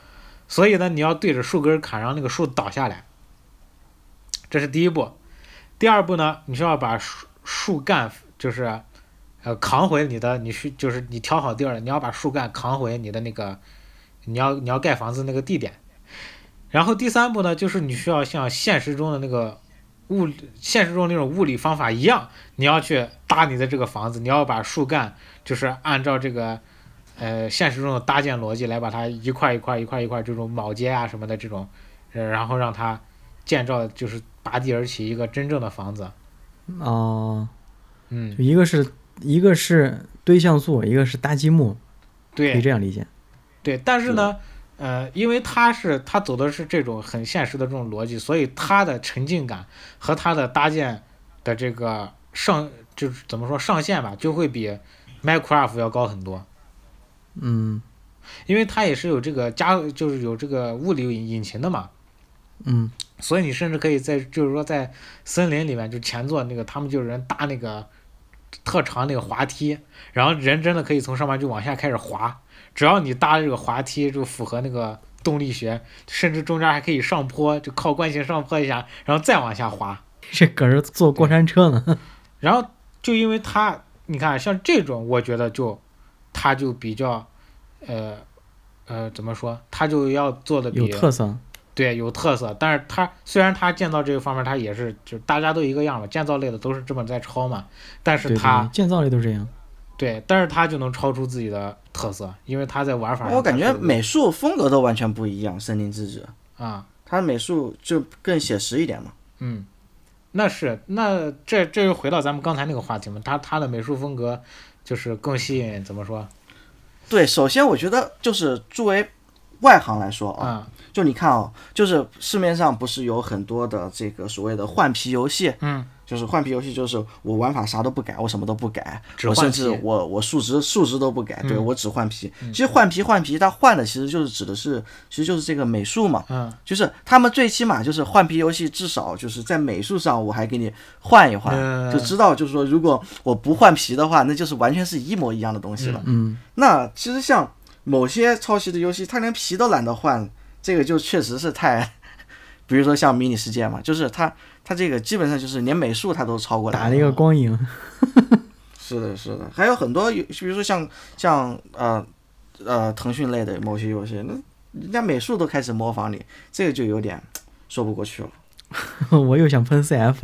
所以呢，你要对着树根砍，让那个树倒下来，这是第一步。第二步呢，你需要把树树干就是呃扛回你的，你需就是你挑好地儿了，你要把树干扛回你的那个你要你要盖房子那个地点。然后第三步呢，就是你需要像现实中的那个物现实中那种物理方法一样，你要去搭你的这个房子，你要把树干就是按照这个呃现实中的搭建逻辑来把它一块一块一块一块这种铆接啊什么的这种，呃然后让它建造就是拔地而起一个真正的房子。 哦， 嗯， 就一个是一个是堆像素，一个是搭积木，可以对这样理解。 对，但是呢，呃，因为他是他走的是这种很现实的这种逻辑，所以他的沉浸感和他的搭建的这个上就是怎么说上限吧，就会比 Minecraft 要高很多。 嗯因为它也是有这个加，就是有这个物理引擎的嘛， 嗯所以你甚至可以在就是说在森林里面就前座那个他们就有人搭那个特长那个滑梯，然后人真的可以从上面就往下开始滑，只要你搭这个滑梯就符合那个动力学，甚至中间还可以上坡，就靠惯性上坡一下，然后再往下滑。 这搁这坐过山车呢。 然后就因为它，你看像这种，我觉得就它就比较，呃呃怎么说，它就要做的比有特色。 对，有特色，但是它虽然它建造这个方面，它也是就大家都一个样嘛，建造类的都是这么在抄嘛，但是对它对建造类都这样。 对，但是它就能超出自己的特色，因为它在玩法上， 我感觉美术风格都完全不一样。森林之子啊， 它美术就更写实一点嘛。 嗯，那是那这这又回到咱们刚才那个话题嘛，它它的美术风格就是更吸引，怎么说？ 对，首先我觉得就是作为外行来说啊。 嗯就你看哦，就是市面上不是有很多的这个所谓的换皮游戏， 嗯， 就是换皮游戏，就是我玩法啥都不改，我什么都不改， 只换我甚至皮我我数值数值都不改，对嗯我只换皮。其实换皮换皮，它换的其实就是指的是，其实就是这个美术嘛， 嗯， 就是他们最起码就是换皮游戏，至少就是在美术上我还给你换一换， 嗯就知道就是说如果我不换皮的话，那就是完全是一模一样的东西了。 嗯， 那其实像某些抄袭的游戏，它连皮都懒得换。这个就确实是太，比如说像迷你世界嘛，就是它它这个基本上就是连美术它都超过来了， 打了一个光影。 是的，是的，还有很多，比如说像像呃呃腾讯类的某些游戏，那人家美术都开始模仿你，这个就有点说不过去了。 我又想喷 C F。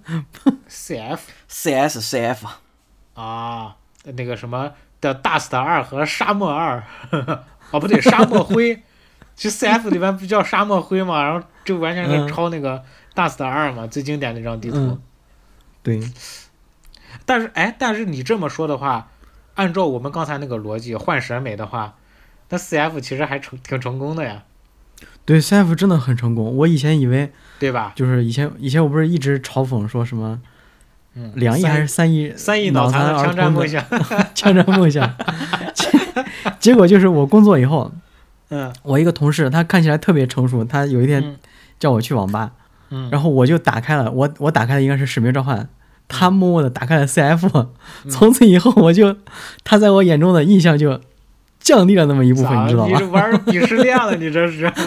C F C S C F 啊，那个什么的 Dust 二和沙漠二，哦不对，沙漠灰。其实 C F 里边不叫沙漠灰嘛，然后就完全是抄那个 Dust 二嘛，嗯、最经典的那张地图。 嗯、对。 但是哎，但是你这么说的话，按照我们刚才那个逻辑换审美的话，那 C F 其实还成挺成功的呀。 对 ，C F 真的很成功。我以前以为， 对吧？ 就是以前以前我不是一直嘲讽说什么， 嗯， 两亿还是三亿三亿脑残的枪战梦想， 枪战梦想。结果就是我工作以后。 嗯， 我一个同事，他看起来特别成熟，他有一天叫我去网吧， 嗯， 然后我就打开了，我我打开的应该是使命召唤，他默默的打开了 C F，、嗯、从此以后我就他在我眼中的印象就降低了那么一部分，你知道吗？ 你玩鄙视链了，你这是，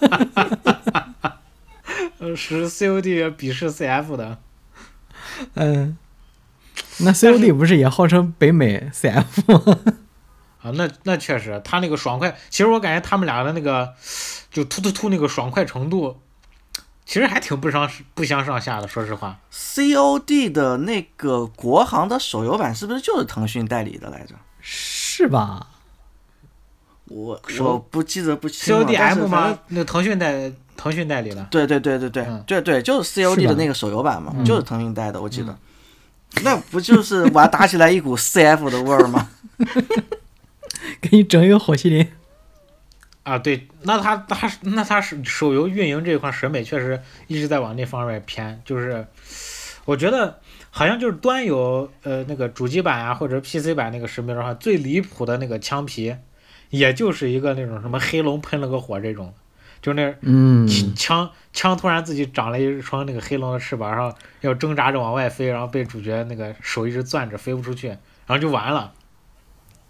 是 C O D 鄙视 C F 的， 嗯，那 C O D 不是也号称北美 C F 吗？ 啊，那那确实，他那个爽快，其实我感觉他们俩的那个就突突突那个爽快程度，其实还挺不相不相上下的。说实话 ，C O D 的那个国行的手游版是不是就是腾讯代理的来着？ 是吧？ 我我不记得不清了。C O D M 吗？ 那个腾讯代腾讯代理的。 对对对对对、嗯、对对，就是 C O D 的那个手游版嘛， 是就是腾讯带的，我记得。嗯、那不就是玩打起来一股 C F 的味儿吗？ 给你整一个火麒麟啊，对，那他他那他是手游运营这一块审美确实一直在往那方面偏，就是我觉得好像就是端游呃那个主机版啊或者 P C 版那个使命召唤最离谱的那个枪皮，也就是一个那种什么黑龙喷了个火这种，就那嗯枪枪突然自己长了一双那个黑龙的翅膀，然后要挣扎着往外飞，然后被主角那个手一直攥着飞不出去，然后就完了。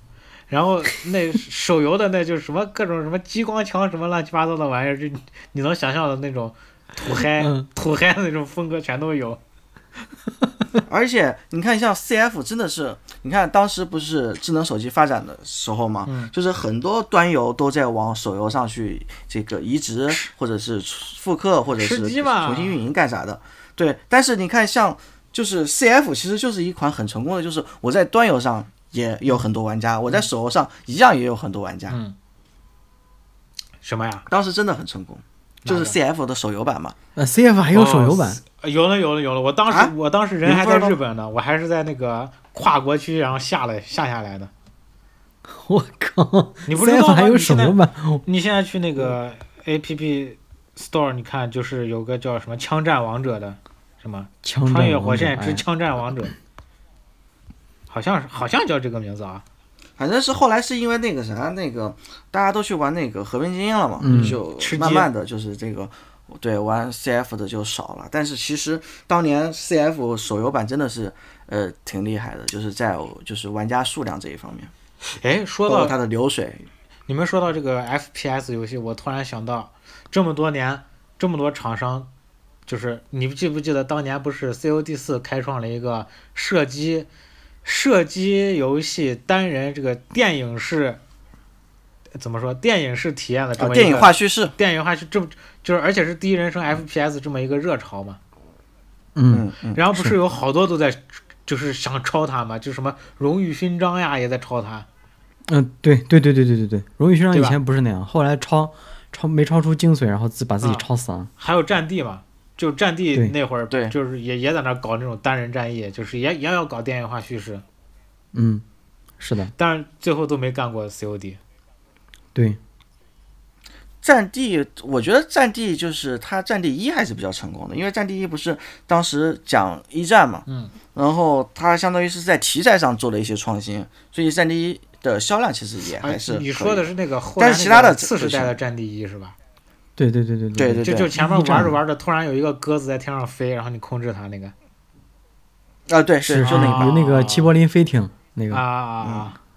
然后那手游的那就是什么各种什么激光枪什么乱七八糟的玩意儿，就你能想象的那种土嗨、 嗯、 土嗨的那种风格全都有。 而且你看，像 C F 真的是，你看当时不是智能手机发展的时候嘛， 嗯、 就是很多端游都在往手游上去这个移植，或者是复刻，或者是重新运营干啥的。对，但是你看像就是 C F 其实就是一款很成功的，就是我在端游上也有很多玩家，我在手游上一样也有很多玩家。 嗯。什么呀？ 当时真的很成功，就是 C F 的手游版嘛。 呃 ，C F 还有手游版。 哦，有了有了有了，我当时、 啊、 我当时人还在日本呢，我还是在那个跨国区，然后下来下下来的。 我靠！ 你不知道吗？ 还有手游版？ 你现在去那个 A P P Store， 你看就是有个叫什么《枪战王者》的，什么《穿越火线之枪战王者》，哎、好像是好像叫这个名字啊。 反正是后来是因为那个啥，那个大家都去玩那个和平精英了嘛， 嗯、 就慢慢的就是这个。对，玩 C F 的就少了，但是其实当年 C F 手游版真的是呃挺厉害的，就是在就是玩家数量这一方面。 哎，说到它的流水， 你们说到这个 F P S 游戏，我突然想到，这么多年这么多厂商，就是你记不记得当年不是 C O D 四开创了一个射击射击游戏单人这个电影式。怎么说？电影式体验的这么一个、 啊、电影化叙事， 电影化是这就是而且是第一人称 F P S 这么一个热潮嘛。 嗯嗯。 然后不是有好多都在就是想抄它嘛，就什么荣誉勋章呀也在抄它。 嗯，对对对对对对对，荣誉勋章以前不是那样，后来抄抄没抄出精髓，然后自把自己抄死了。 啊、还有战地嘛，就战地那会儿， 对， 就是也也在那搞那种单人战役，就是也也要搞电影化叙事。 嗯，是的。 但是最后都没干过 C O D。 对， 战地，我觉得战地就是它战地一还是比较成功的，因为战地一不是当时讲一战嘛， 嗯， 然后它相当于是在题材上做了一些创新，所以战地一的销量其实也还是、 啊、你说的是那个后来那个次时代的战地一是吧？ 对对对对对对对， 就就前面玩着玩着，突然有一个鸽子在天上飞，然后你控制它那个。 啊，对， 是就那个有那个齐柏林飞艇那个啊啊啊。嗯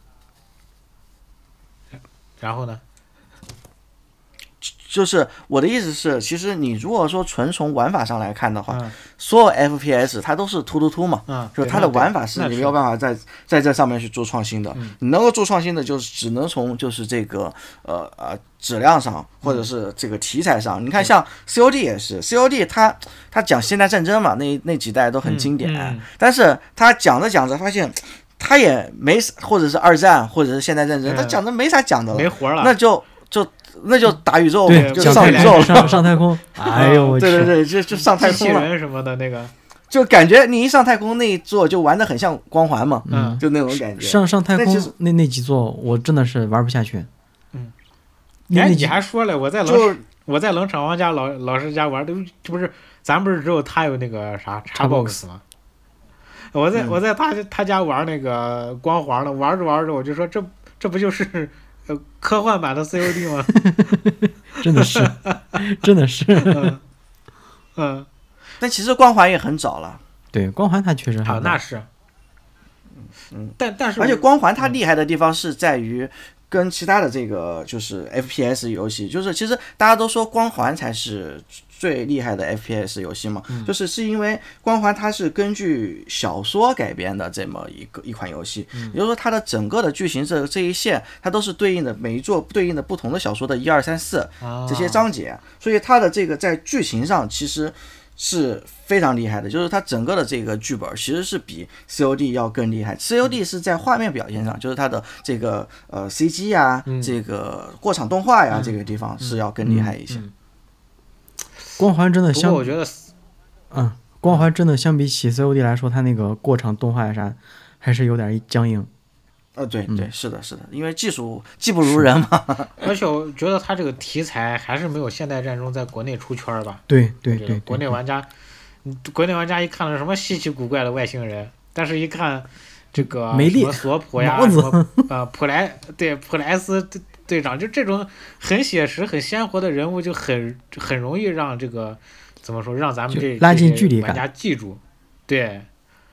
然后呢？ 就是我的意思是，其实你如果说纯从玩法上来看的话， 嗯、 所有 F P S 它都是突突突嘛， 嗯， 就是它的玩法是你没有办法在在这上面去做创新的。 嗯、 你能够做创新的，就是只能从就是这个呃呃质量上，或者是这个题材上。 嗯、 你看，像 C O D 也是 ，C O D 它它讲现代战争嘛，那那几代都很经典， 嗯嗯、 但是它讲着讲着发现。他也没，或者是二战，或者是现代战争，他讲的没啥讲的了， 没活了， 那就就那就打宇宙， 对， 就上宇宙了， 上上太空。哎呦我去！ 对对对，就就上太空了。 机器人什么的那个， 就感觉你一上太空那一座就玩的很像光环嘛， 嗯， 就那种感觉。 上上太空那那几座我真的是玩不下去。 嗯，哎，你还说了，我在冷我在冷场王家老老师家玩的，不是咱不是只有他有那个啥 Xbox 吗？我在我在他他家玩那个光环了，玩着玩着我就说这这不就是呃科幻版的 C O D 吗？ 真的是，真的是。 嗯, 嗯， 但其实光环也很早了。 对，光环它确实很好，那是。 嗯， 但但是而且光环它厉害的地方是在于。跟其他的这个就是 F P S 游戏，就是其实大家都说光环才是最厉害的 F P S 游戏嘛， 嗯、 就是是因为光环它是根据小说改编的这么一个一款游戏， 嗯、 也就是说它的整个的剧情这这一线，它都是对应的每一座对应的不同的小说的一二三四这些章节，所以它的这个在剧情上其实。是非常厉害的，就是它整个的这个剧本其实是比 C O D 要更厉害。C O D 是在画面表现上，就是它的这个呃 C G 呀、 嗯、 这个过场动画呀、嗯、这个地方是要更厉害一些。 嗯嗯、 光环真的相， 我觉得， 嗯，光环真的相比起 C O D 来说，它那个过场动画呀啥还是有点僵硬。 呃，对对，是的，是的，因为技术技不如人嘛。 而且我觉得它这个题材还是没有现代战争在国内出圈吧。 对对 对, 对， 国内玩家，国内玩家一看了什么稀奇古怪的外星人，但是一看这个什么索普呀，什么呃普莱对普莱斯队长，就这种很写实、很鲜活的人物，就很很容易让这个怎么说，让咱们这拉近距离感玩家记住，对。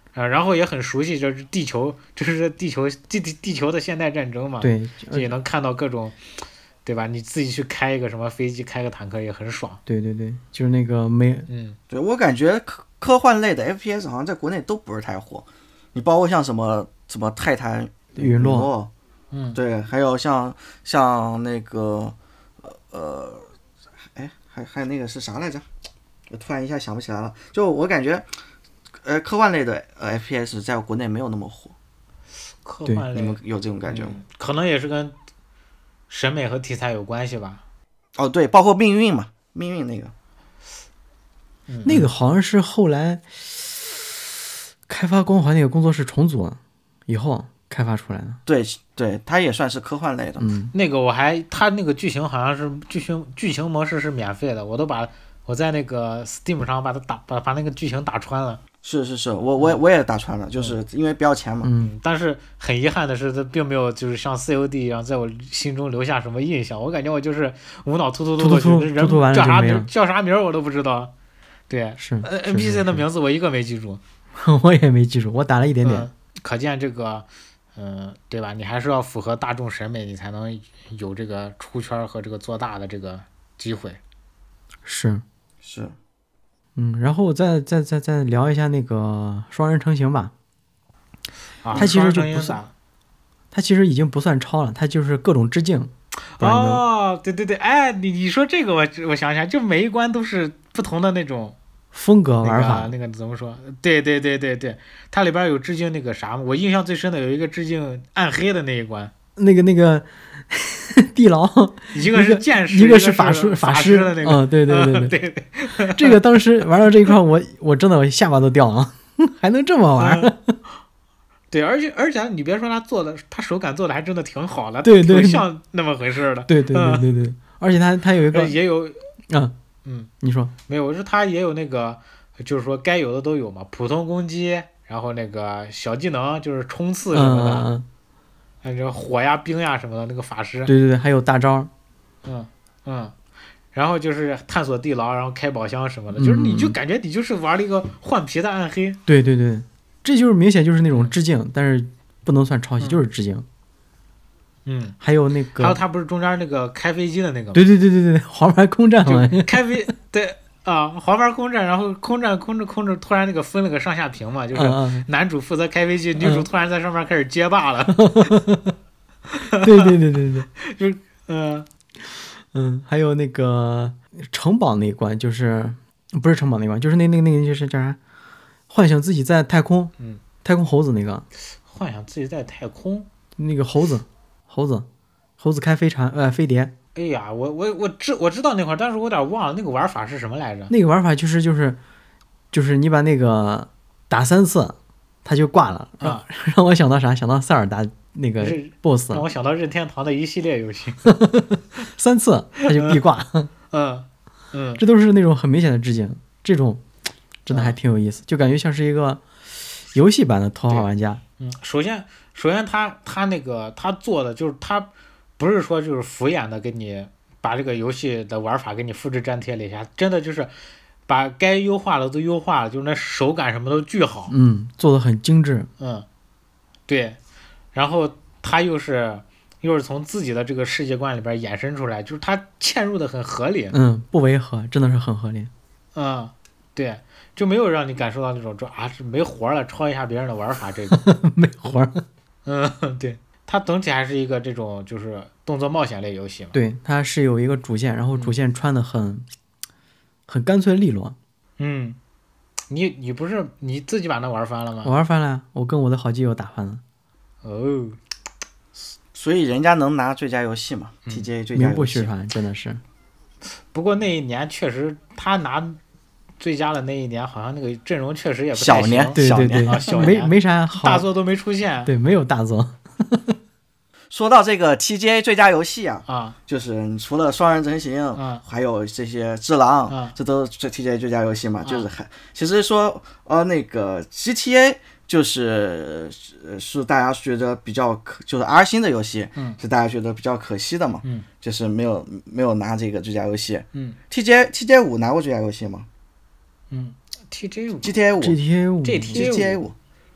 啊，然后也很熟悉，这是地球，这是地球地地地球的现代战争嘛， 对， 就也能看到各种，对吧？你自己去开一个什么飞机，开个坦克也很爽。 对对对，就是那个没， 嗯， 对我感觉科科幻类的 F P S 好像在国内都不是太火，你包括像什么什么泰坦陨落， 落， 嗯， 对，还有像像那个呃，哎，还还有那个是啥来着？我突然一下想不起来了。就我感觉，呃，科幻类的呃 F P S 在国内没有那么火， 科幻类你们有这种感觉吗？ 嗯，可能也是跟审美和题材有关系吧。 哦，对，包括命运嘛，命运那个， 嗯， 那个好像是后来开发光环那个工作室重组了以后开发出来的。 对对，它也算是科幻类的。 嗯， 那个我还他那个剧情好像是剧情剧情模式是免费的，我都把我在那个 Steam 上把它打把把那个剧情打穿了。 是是是，我我也我也打穿了，就是因为不要钱嘛。 嗯， 嗯，但是很遗憾的是，它并没有就是像 C O D 一样在我心中留下什么印象。我感觉我就是无脑突突突突突人突突完了叫啥就没了名叫啥名我都不知道。对， 是呃是 N P C 是的名字我一个没记住。 我也没记住，我打了一点点。 嗯，可见这个，嗯、对吧？你还是要符合大众审美，你才能有这个出圈和这个做大的这个机会。 是， 是， 嗯，然后再再再再聊一下那个双人成行吧。 啊， 它其实就双人成不算行它其实已经不算超了，它就是各种致敬。不知道你们哦，对对对，哎，你你说这个我我想起来，就每一关都是不同的那种风格那玩法， 个那个怎么说？对对对对对，它里边有致敬那个啥，我印象最深的有一个致敬暗黑的那一关， 那个那个地牢， 一个是剑士， 一个是是法师法师的那个， 嗯，对对对嗯对， 对对， 这个当时玩到这一块，我我真的我下巴都掉了，还能这么玩？ 嗯对，而且而且你别说他做的，他手感做的还真的挺好的， 对对对挺像那么回事的。 对对对对对，而且它它有一个， 也有， 嗯嗯， 你说没有，我说他也有那个，就是说该有的都有嘛，普通攻击，然后那个小技能就是冲刺什么的， 嗯嗯还有这个火呀、冰呀什么的，那个法师， 对对对，还有大招， 嗯嗯，然后就是探索地牢，然后开宝箱什么的，就是你就感觉你就是玩了一个换皮的暗黑。 对对对，这就是明显就是那种致敬，但是不能算抄袭， 嗯就是致敬。 嗯， 还有那个， 还有他不是中间那个开飞机的那个吗？ 对对对对对，黄牌空战嘛， 就开飞对啊，黄牌空战，然后空战空着空着，突然那个分了个上下屏嘛，就是嗯嗯， 男主负责开飞机，女主突然在上面开始接霸了。 对对对对对， 就嗯嗯，还有那个城堡那一关，就是不是城堡那一关，就是那那个那个就是叫啥，幻想自己在太空， 嗯， 太空猴子那个， 幻想自己在太空。 那个猴子，猴子，猴子开飞船，呃，飞碟。 哎呀，我我我知我知道那块儿，但是我有点忘了那个玩法是什么来着。 那个玩法就是就是就是你把那个打三次，他就挂了。 啊， 让我想到啥？想到塞尔达那个是 BOSS， 让我想到任天堂的一系列游戏。 三次他就必挂。 嗯嗯， 这都是那种很明显的致敬，这种真的还挺有意思，就感觉像是一个游戏版的头号玩家。 嗯，首先首先他他那个他做的就是他不是说就是敷衍的给你把这个游戏的玩法给你复制粘贴了一下，真的就是把该优化的都优化了，就是那手感什么都巨好。 嗯，做的很精致。 嗯，对，然后他又是又是从自己的这个世界观里边衍生出来，就是他嵌入的很合理。 嗯，不违和，真的是很合理。 嗯，对，就没有让你感受到那种说啊是没活了，抄一下别人的玩法这种。 没活儿。 嗯，对，它整体还是一个这种就是动作冒险类游戏嘛。 对，它是有一个主线，然后主线穿的很、很干脆利落。 嗯，你你不是你自己把那玩翻了吗？ 我玩翻了呀，我跟我的好基友打翻了， 哦， 所以人家能拿最佳游戏嘛、 嗯 t G A 最佳名不游戏。 虚传，真的是。 不过那一年确实他拿最佳的那一年，好像那个阵容确实也不太行， 小年对对对， 啊小没年没啥好大作都没出现。 对，没有大作。 说到这个 T G A 最佳游戏啊， 啊就是你除了双人成行， 嗯还有这些只狼， 嗯这都是 T G A 最佳游戏嘛。 嗯就是还其实说呃那个 G T A 就是呃是大家觉得比较可就是 R 星的游戏， 嗯是大家觉得比较可惜的嘛， 嗯就是没有没有拿这个最佳游戏。 嗯 T G A T G A 五拿过最佳游戏吗嗯，T J 五 ？G T A 五 G T A 五 G T A 五 G T A 五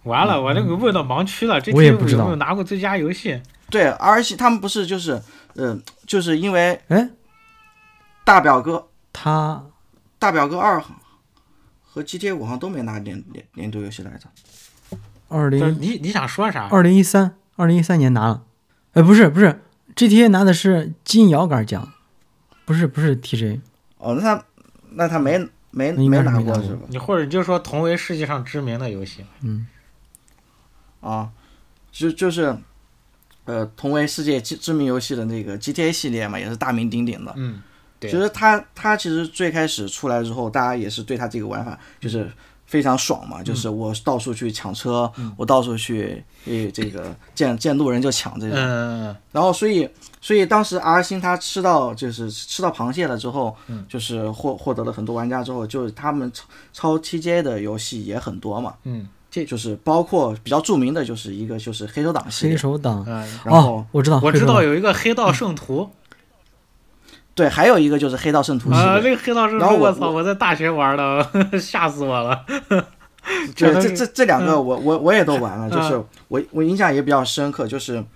完了，我这个问到盲区了。这我也不知道有没有拿过最佳游戏？ 对 R 系他们不是就是嗯、呃，就是因为哎， 大表哥他大表哥二和 G T A 五好像都没拿年年年度游戏来着。 二零你你想说啥？ 二零一三二零一三年拿了，哎，不是不是 G T A 拿的是金摇杆奖，不是不是 T J。 哦，那他那他没没应该是拿没拿过是吧？ 你或者就说同为世界上知名的游戏。 嗯。 啊，就就是呃，同为世界知名游戏的那个 G T A 系列嘛，也是大名鼎鼎的。 嗯，对。 其实他他其实最开始出来之后，大家也是对他这个玩法就是非常爽嘛，嗯、就是我到处去抢车， 嗯、 我到处去诶这个见见路人就抢这种。 嗯。 然后所以所以当时 R 星他吃到就是吃到螃蟹了之后， 嗯、 就是获获得了很多玩家之后，就是他们超超 T J 的游戏也很多嘛。 嗯。 这就是包括比较著名的就是一个就是黑手党系列， 黑手党， 嗯， 然后、 哦、我知道， 我知道有一个黑道圣徒， 对，还有一个就是黑道圣徒系列。 啊，这个黑道圣徒， 然后我操，我在大学玩的，吓死我了。 对，这这这两个我我我也都玩了，就是我我印象也比较深刻，就是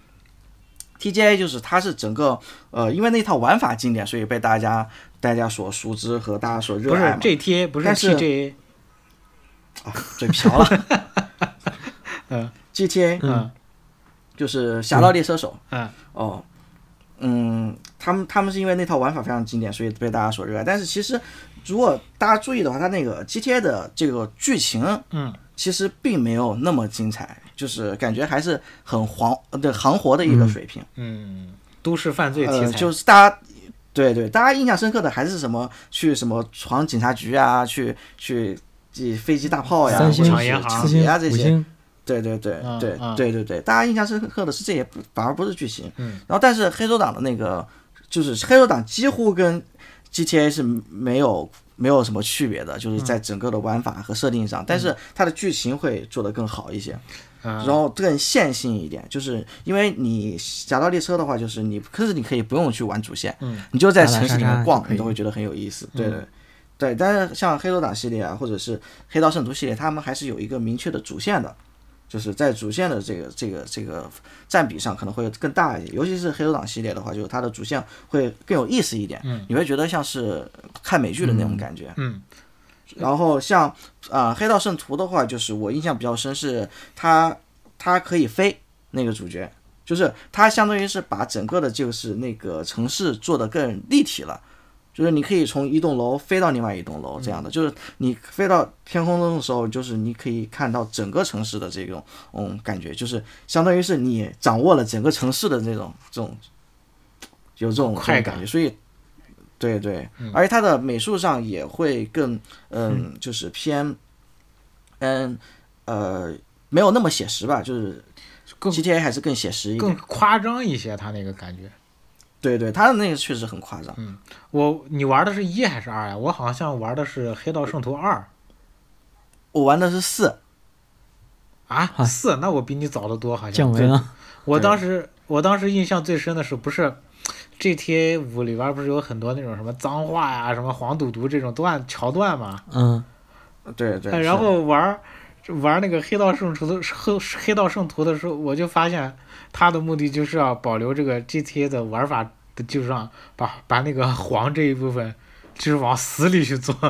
T G A 就是它是整个呃，因为那套玩法经典，所以被大家大家所熟知和大家所热爱嘛。 不是 G T A， 不是 T G A。 啊，嘴瓢了。 嗯 ，G T A， 嗯， 就是侠盗猎车手。 嗯， 哦，嗯，他们他们是因为那套玩法非常经典，所以被大家所热爱。但是其实如果大家注意的话，它那个 G T A 的这个剧情， 嗯， 其实并没有那么精彩，就是感觉还是很黄对行活的一个水平。 嗯，都市犯罪题材， 呃、就是大家。对对，大家印象深刻的还是什么去什么闯警察局啊，去去。飞机大炮呀， 三星、 抢劫啊这些，对对对嗯、 对、 嗯、 对对对，大家印象深刻的是这些，反而不是剧情。 嗯， 然后但是黑手党的那个，就是黑手党几乎跟 G T A 是没有没有什么区别的，就是在整个的玩法和设定上，嗯、但是它的剧情会做得更好一些， 嗯、 然后更线性一点，就是因为你侠盗猎车的话，就是你可是你可以不用去玩主线， 嗯、 你就在城市里面逛， 打打杀杀你都会觉得很有意思，对对。 嗯对，但是像黑手党系列啊，或者是黑道圣徒系列，他们还是有一个明确的主线的，就是在主线的这个这个这个占比上可能会更大一些。尤其是黑手党系列的话，就是它的主线会更有意思一点， 嗯、 你会觉得像是看美剧的那种感觉。 嗯。 然后像啊、呃、黑道圣徒的话，就是我印象比较深是它它可以飞，那个主角就是它相当于是把整个的就是那个城市做得更立体了。就是你可以从一栋楼飞到另外一栋楼这样的，就是你飞到天空中的时候，就是你可以看到整个城市的这种嗯感觉，就是相当于是你掌握了整个城市的这种这种有这种快感感觉，所以对对， 嗯、 而且它的美术上也会更嗯就是偏嗯呃没有那么写实吧，就是 G T A 还是更写实一点， 更夸张一些，它那个感觉。 对对，他的那个确实很夸张。 嗯，我你玩的是一还是二呀？我好像玩的是《黑道圣徒二》。 我玩的是四。 啊，四？那我比你早得多，好像。 降维了。 我当时我当时印象最深的是，不是 G T A 五里边不是有很多那种什么脏话呀、什么黄赌毒这种段桥段嘛？ 嗯， 对对。 然后玩玩那个黑道圣徒的黑黑道圣徒的时候，我就发现。他的目的就是要保留这个 G T A 的玩法的基础上，把把那个黄这一部分，就是往死里去做。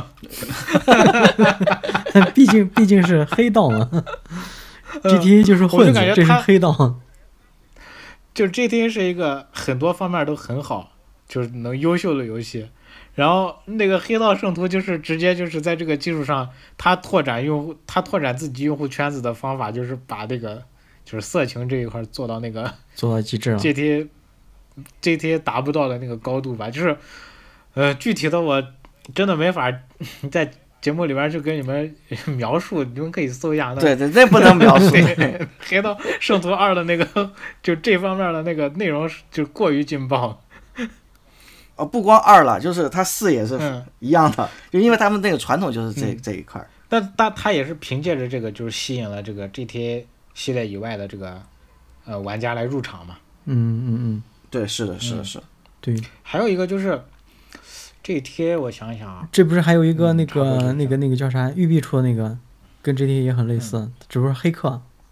毕竟毕竟是黑道嘛、嗯、，G T A 就是混子，这是黑道。 就 G T A 是一个很多方面都很好，就是能优秀的游戏。然后那个黑道圣徒就是直接就是在这个基础上，他拓展用户，他拓展自己用户圈子的方法就是把这个。就是色情这一块做到那个做到极致了 ，G T A G T A 达不到的那个高度吧，就是呃具体的我真的没法在节目里边就跟你们描述，你们可以搜一下。 对对，那不能描述。 黑道圣徒二的那个就这方面的那个内容就过于劲爆。 哦，不光二了，就是它四也是一样的， 嗯、 就因为他们那个传统就是这、嗯、这一块。 但但他也是凭借着这个，就是吸引了这个 G T A。系列以外的这个呃玩家来入场嘛， 嗯嗯嗯， 对，是的，是的，是的， 对。 还有一个就是 G T A， 我想想啊， 这不是还有一个那个、 嗯、 那个那个叫啥育碧出的那个，跟 G T A 也很类似， 嗯、 只不过是黑客。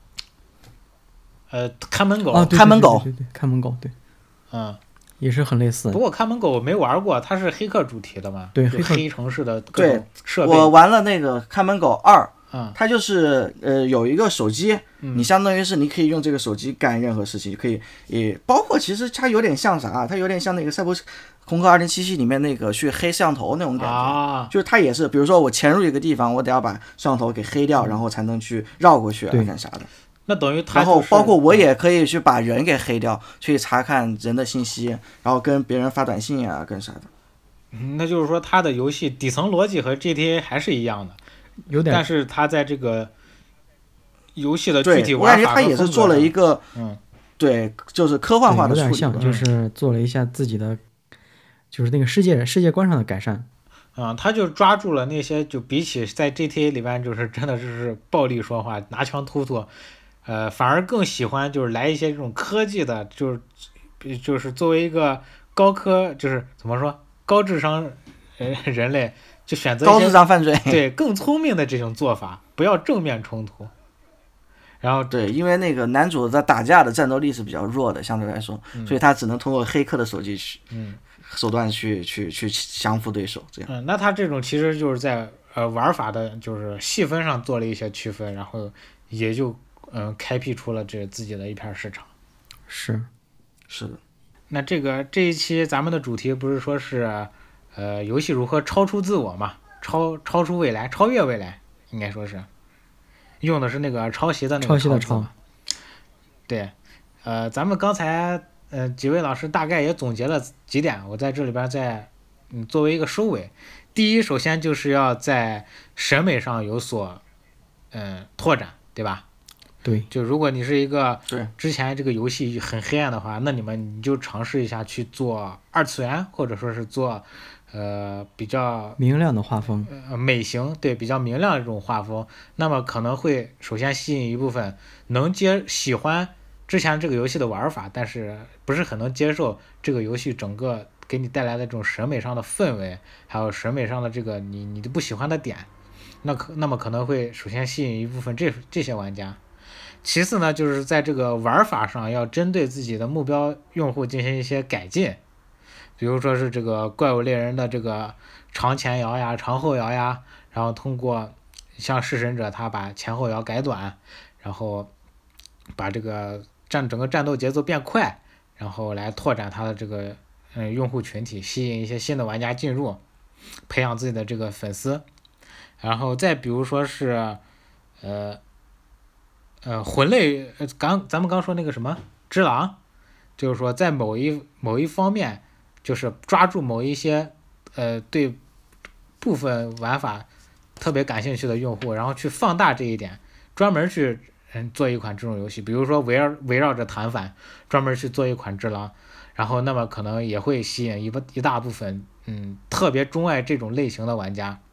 呃，看门狗， 哦，对看门狗对对对对，看门狗，对， 嗯， 也是很类似不。过看门狗我没玩过，它是黑客主题的嘛？就对黑客黑城市的各对种设备。 我玩了那个看门狗二， 嗯它就是呃有一个手机， 嗯你相当于是你可以用这个手机干任何事情，可以也包括其实它有点像啥，它有点像那个赛博朋克二零七七里面那个去黑摄像头那种感觉。 啊， 就是它也是，比如说我潜入一个地方，我得要把摄像头给黑掉，然后才能去绕过去啊对干啥的。 那等于它然后就是包括我也可以去把人给黑掉，去查看人的信息，然后跟别人发短信啊，干啥的。 嗯那就是说它的游戏底层逻辑和 G T A 还是一样的， 有点但是它在这个游戏的具对， 体我感觉他玩法和也是做了一个， 个， 嗯， 对，就是科幻化的对有点像， 处理吧。 就是做了一下自己的，就是那个世界世界观上的改善。 嗯，他就抓住了那些就比起在 G T A 里边就是真的就是暴力说话拿枪突突，呃，反而更喜欢就是来一些这种科技的，就是就是作为一个高科就是怎么说高智商人人类就选择一高些智商犯罪。 对更聪明的这种做法，不要正面冲突。然后对，因为那个男主的打架的战斗力是比较弱的，相对来说， 嗯所以他只能通过黑客的手机去嗯手段去去去降服对手，这样。 嗯，那他这种其实就是在呃玩法的就是细分上做了一些区分，然后也就嗯、呃开辟出了这自己的一片市场。 是， 是的， 那这个这一期咱们的主题不是说是呃游戏如何超出自我嘛，超超出未来，超越未来，应该说是用的是那个抄袭的那个抄袭的字嘛。对，呃，咱们刚才呃几位老师大概也总结了几点，我在这里边再嗯作为一个收尾。第一，首先就是要在审美上有所嗯拓展，对吧？ 对， 就如果你是一个对之前这个游戏很黑暗的话，那你们你就尝试一下去做二次元，或者说是做呃比较明亮的画风。 呃美型，对，比较明亮的这种画风，那么可能会首先吸引一部分能接喜欢之前这个游戏的玩法，但是不是很能接受这个游戏整个给你带来的这种审美上的氛围，还有审美上的这个你你的不喜欢的点，那可那么可能会首先吸引一部分这这些玩家。其次呢，就是在这个玩法上要针对自己的目标用户进行一些改进，比如说是这个怪物猎人的这个长前摇呀、长后摇呀，然后通过像弑神者他把前后摇改短，然后把这个战整个战斗节奏变快，然后来拓展他的这个嗯用户群体，吸引一些新的玩家进入，培养自己的这个粉丝。然后再比如说是呃呃魂类，呃刚咱们刚说那个什么只狼，就是说在某一某一方面，就是抓住某一些呃对部分玩法特别感兴趣的用户，然后去放大这一点，专门去嗯做一款这种游戏，比如说围绕围绕着弹反，专门去做一款只狼，然后那么可能也会吸引一部一大部分嗯特别钟爱这种类型的玩家。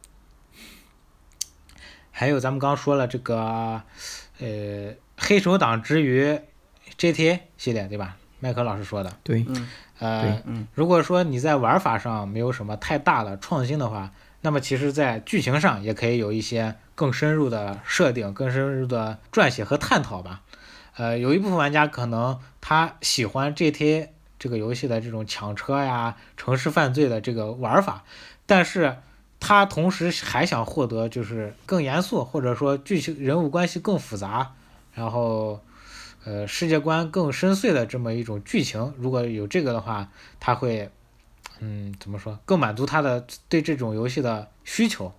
还有咱们刚说了这个呃黑手党之于 G T A 系列，对吧？麦克老师说的。 对， 嗯呃对， 嗯， 如果说你在玩法上没有什么太大的创新的话，那么其实在剧情上也可以有一些更深入的设定、更深入的撰写和探讨吧。呃，有一部分玩家可能他喜欢 G T A 这个游戏的这种抢车呀、城市犯罪的这个玩法，但是他同时还想获得就是更严肃，或者说剧情人物关系更复杂，然后呃世界观更深邃的这么一种剧情。如果有这个的话，他会嗯怎么说，更满足他的对这种游戏的需求。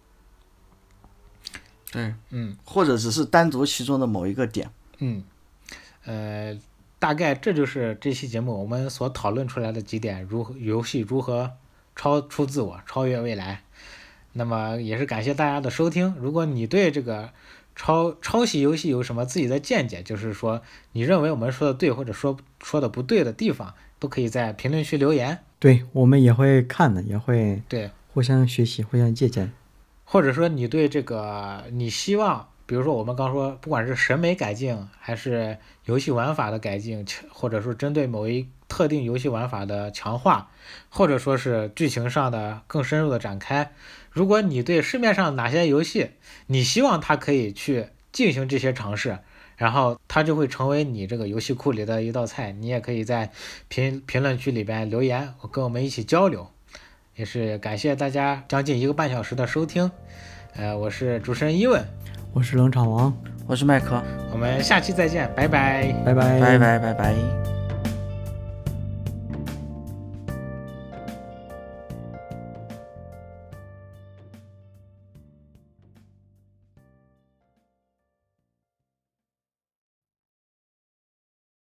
对， 嗯或者只是单独其中的某一个点。 嗯，呃，大概这就是这期节目我们所讨论出来的几点，如何游戏如何超出自我，超越未来。那么也是感谢大家的收听。如果你对这个抄抄袭游戏有什么自己的见解，就是说你认为我们说的对或者说说的不对的地方，都可以在评论区留言。 对我们也会看的，也会对， 互相学习，互相借鉴。 或者说你对这个你希望，比如说我们刚说，不管是审美改进，还是游戏玩法的改进，或者说针对某一特定游戏玩法的强化，或者说是剧情上的更深入的展开，如果你对市面上哪些游戏，你希望它可以去进行这些尝试， 然后它就会成为你这个游戏库里的一道菜。你也可以在评评论区里边留言，跟我们一起交流。也是感谢大家将近一个半小时的收听，呃，我是主持人伊文， 我是冷场王， 我是麦克， 我们下期再见，拜拜， 拜拜， 拜拜拜拜。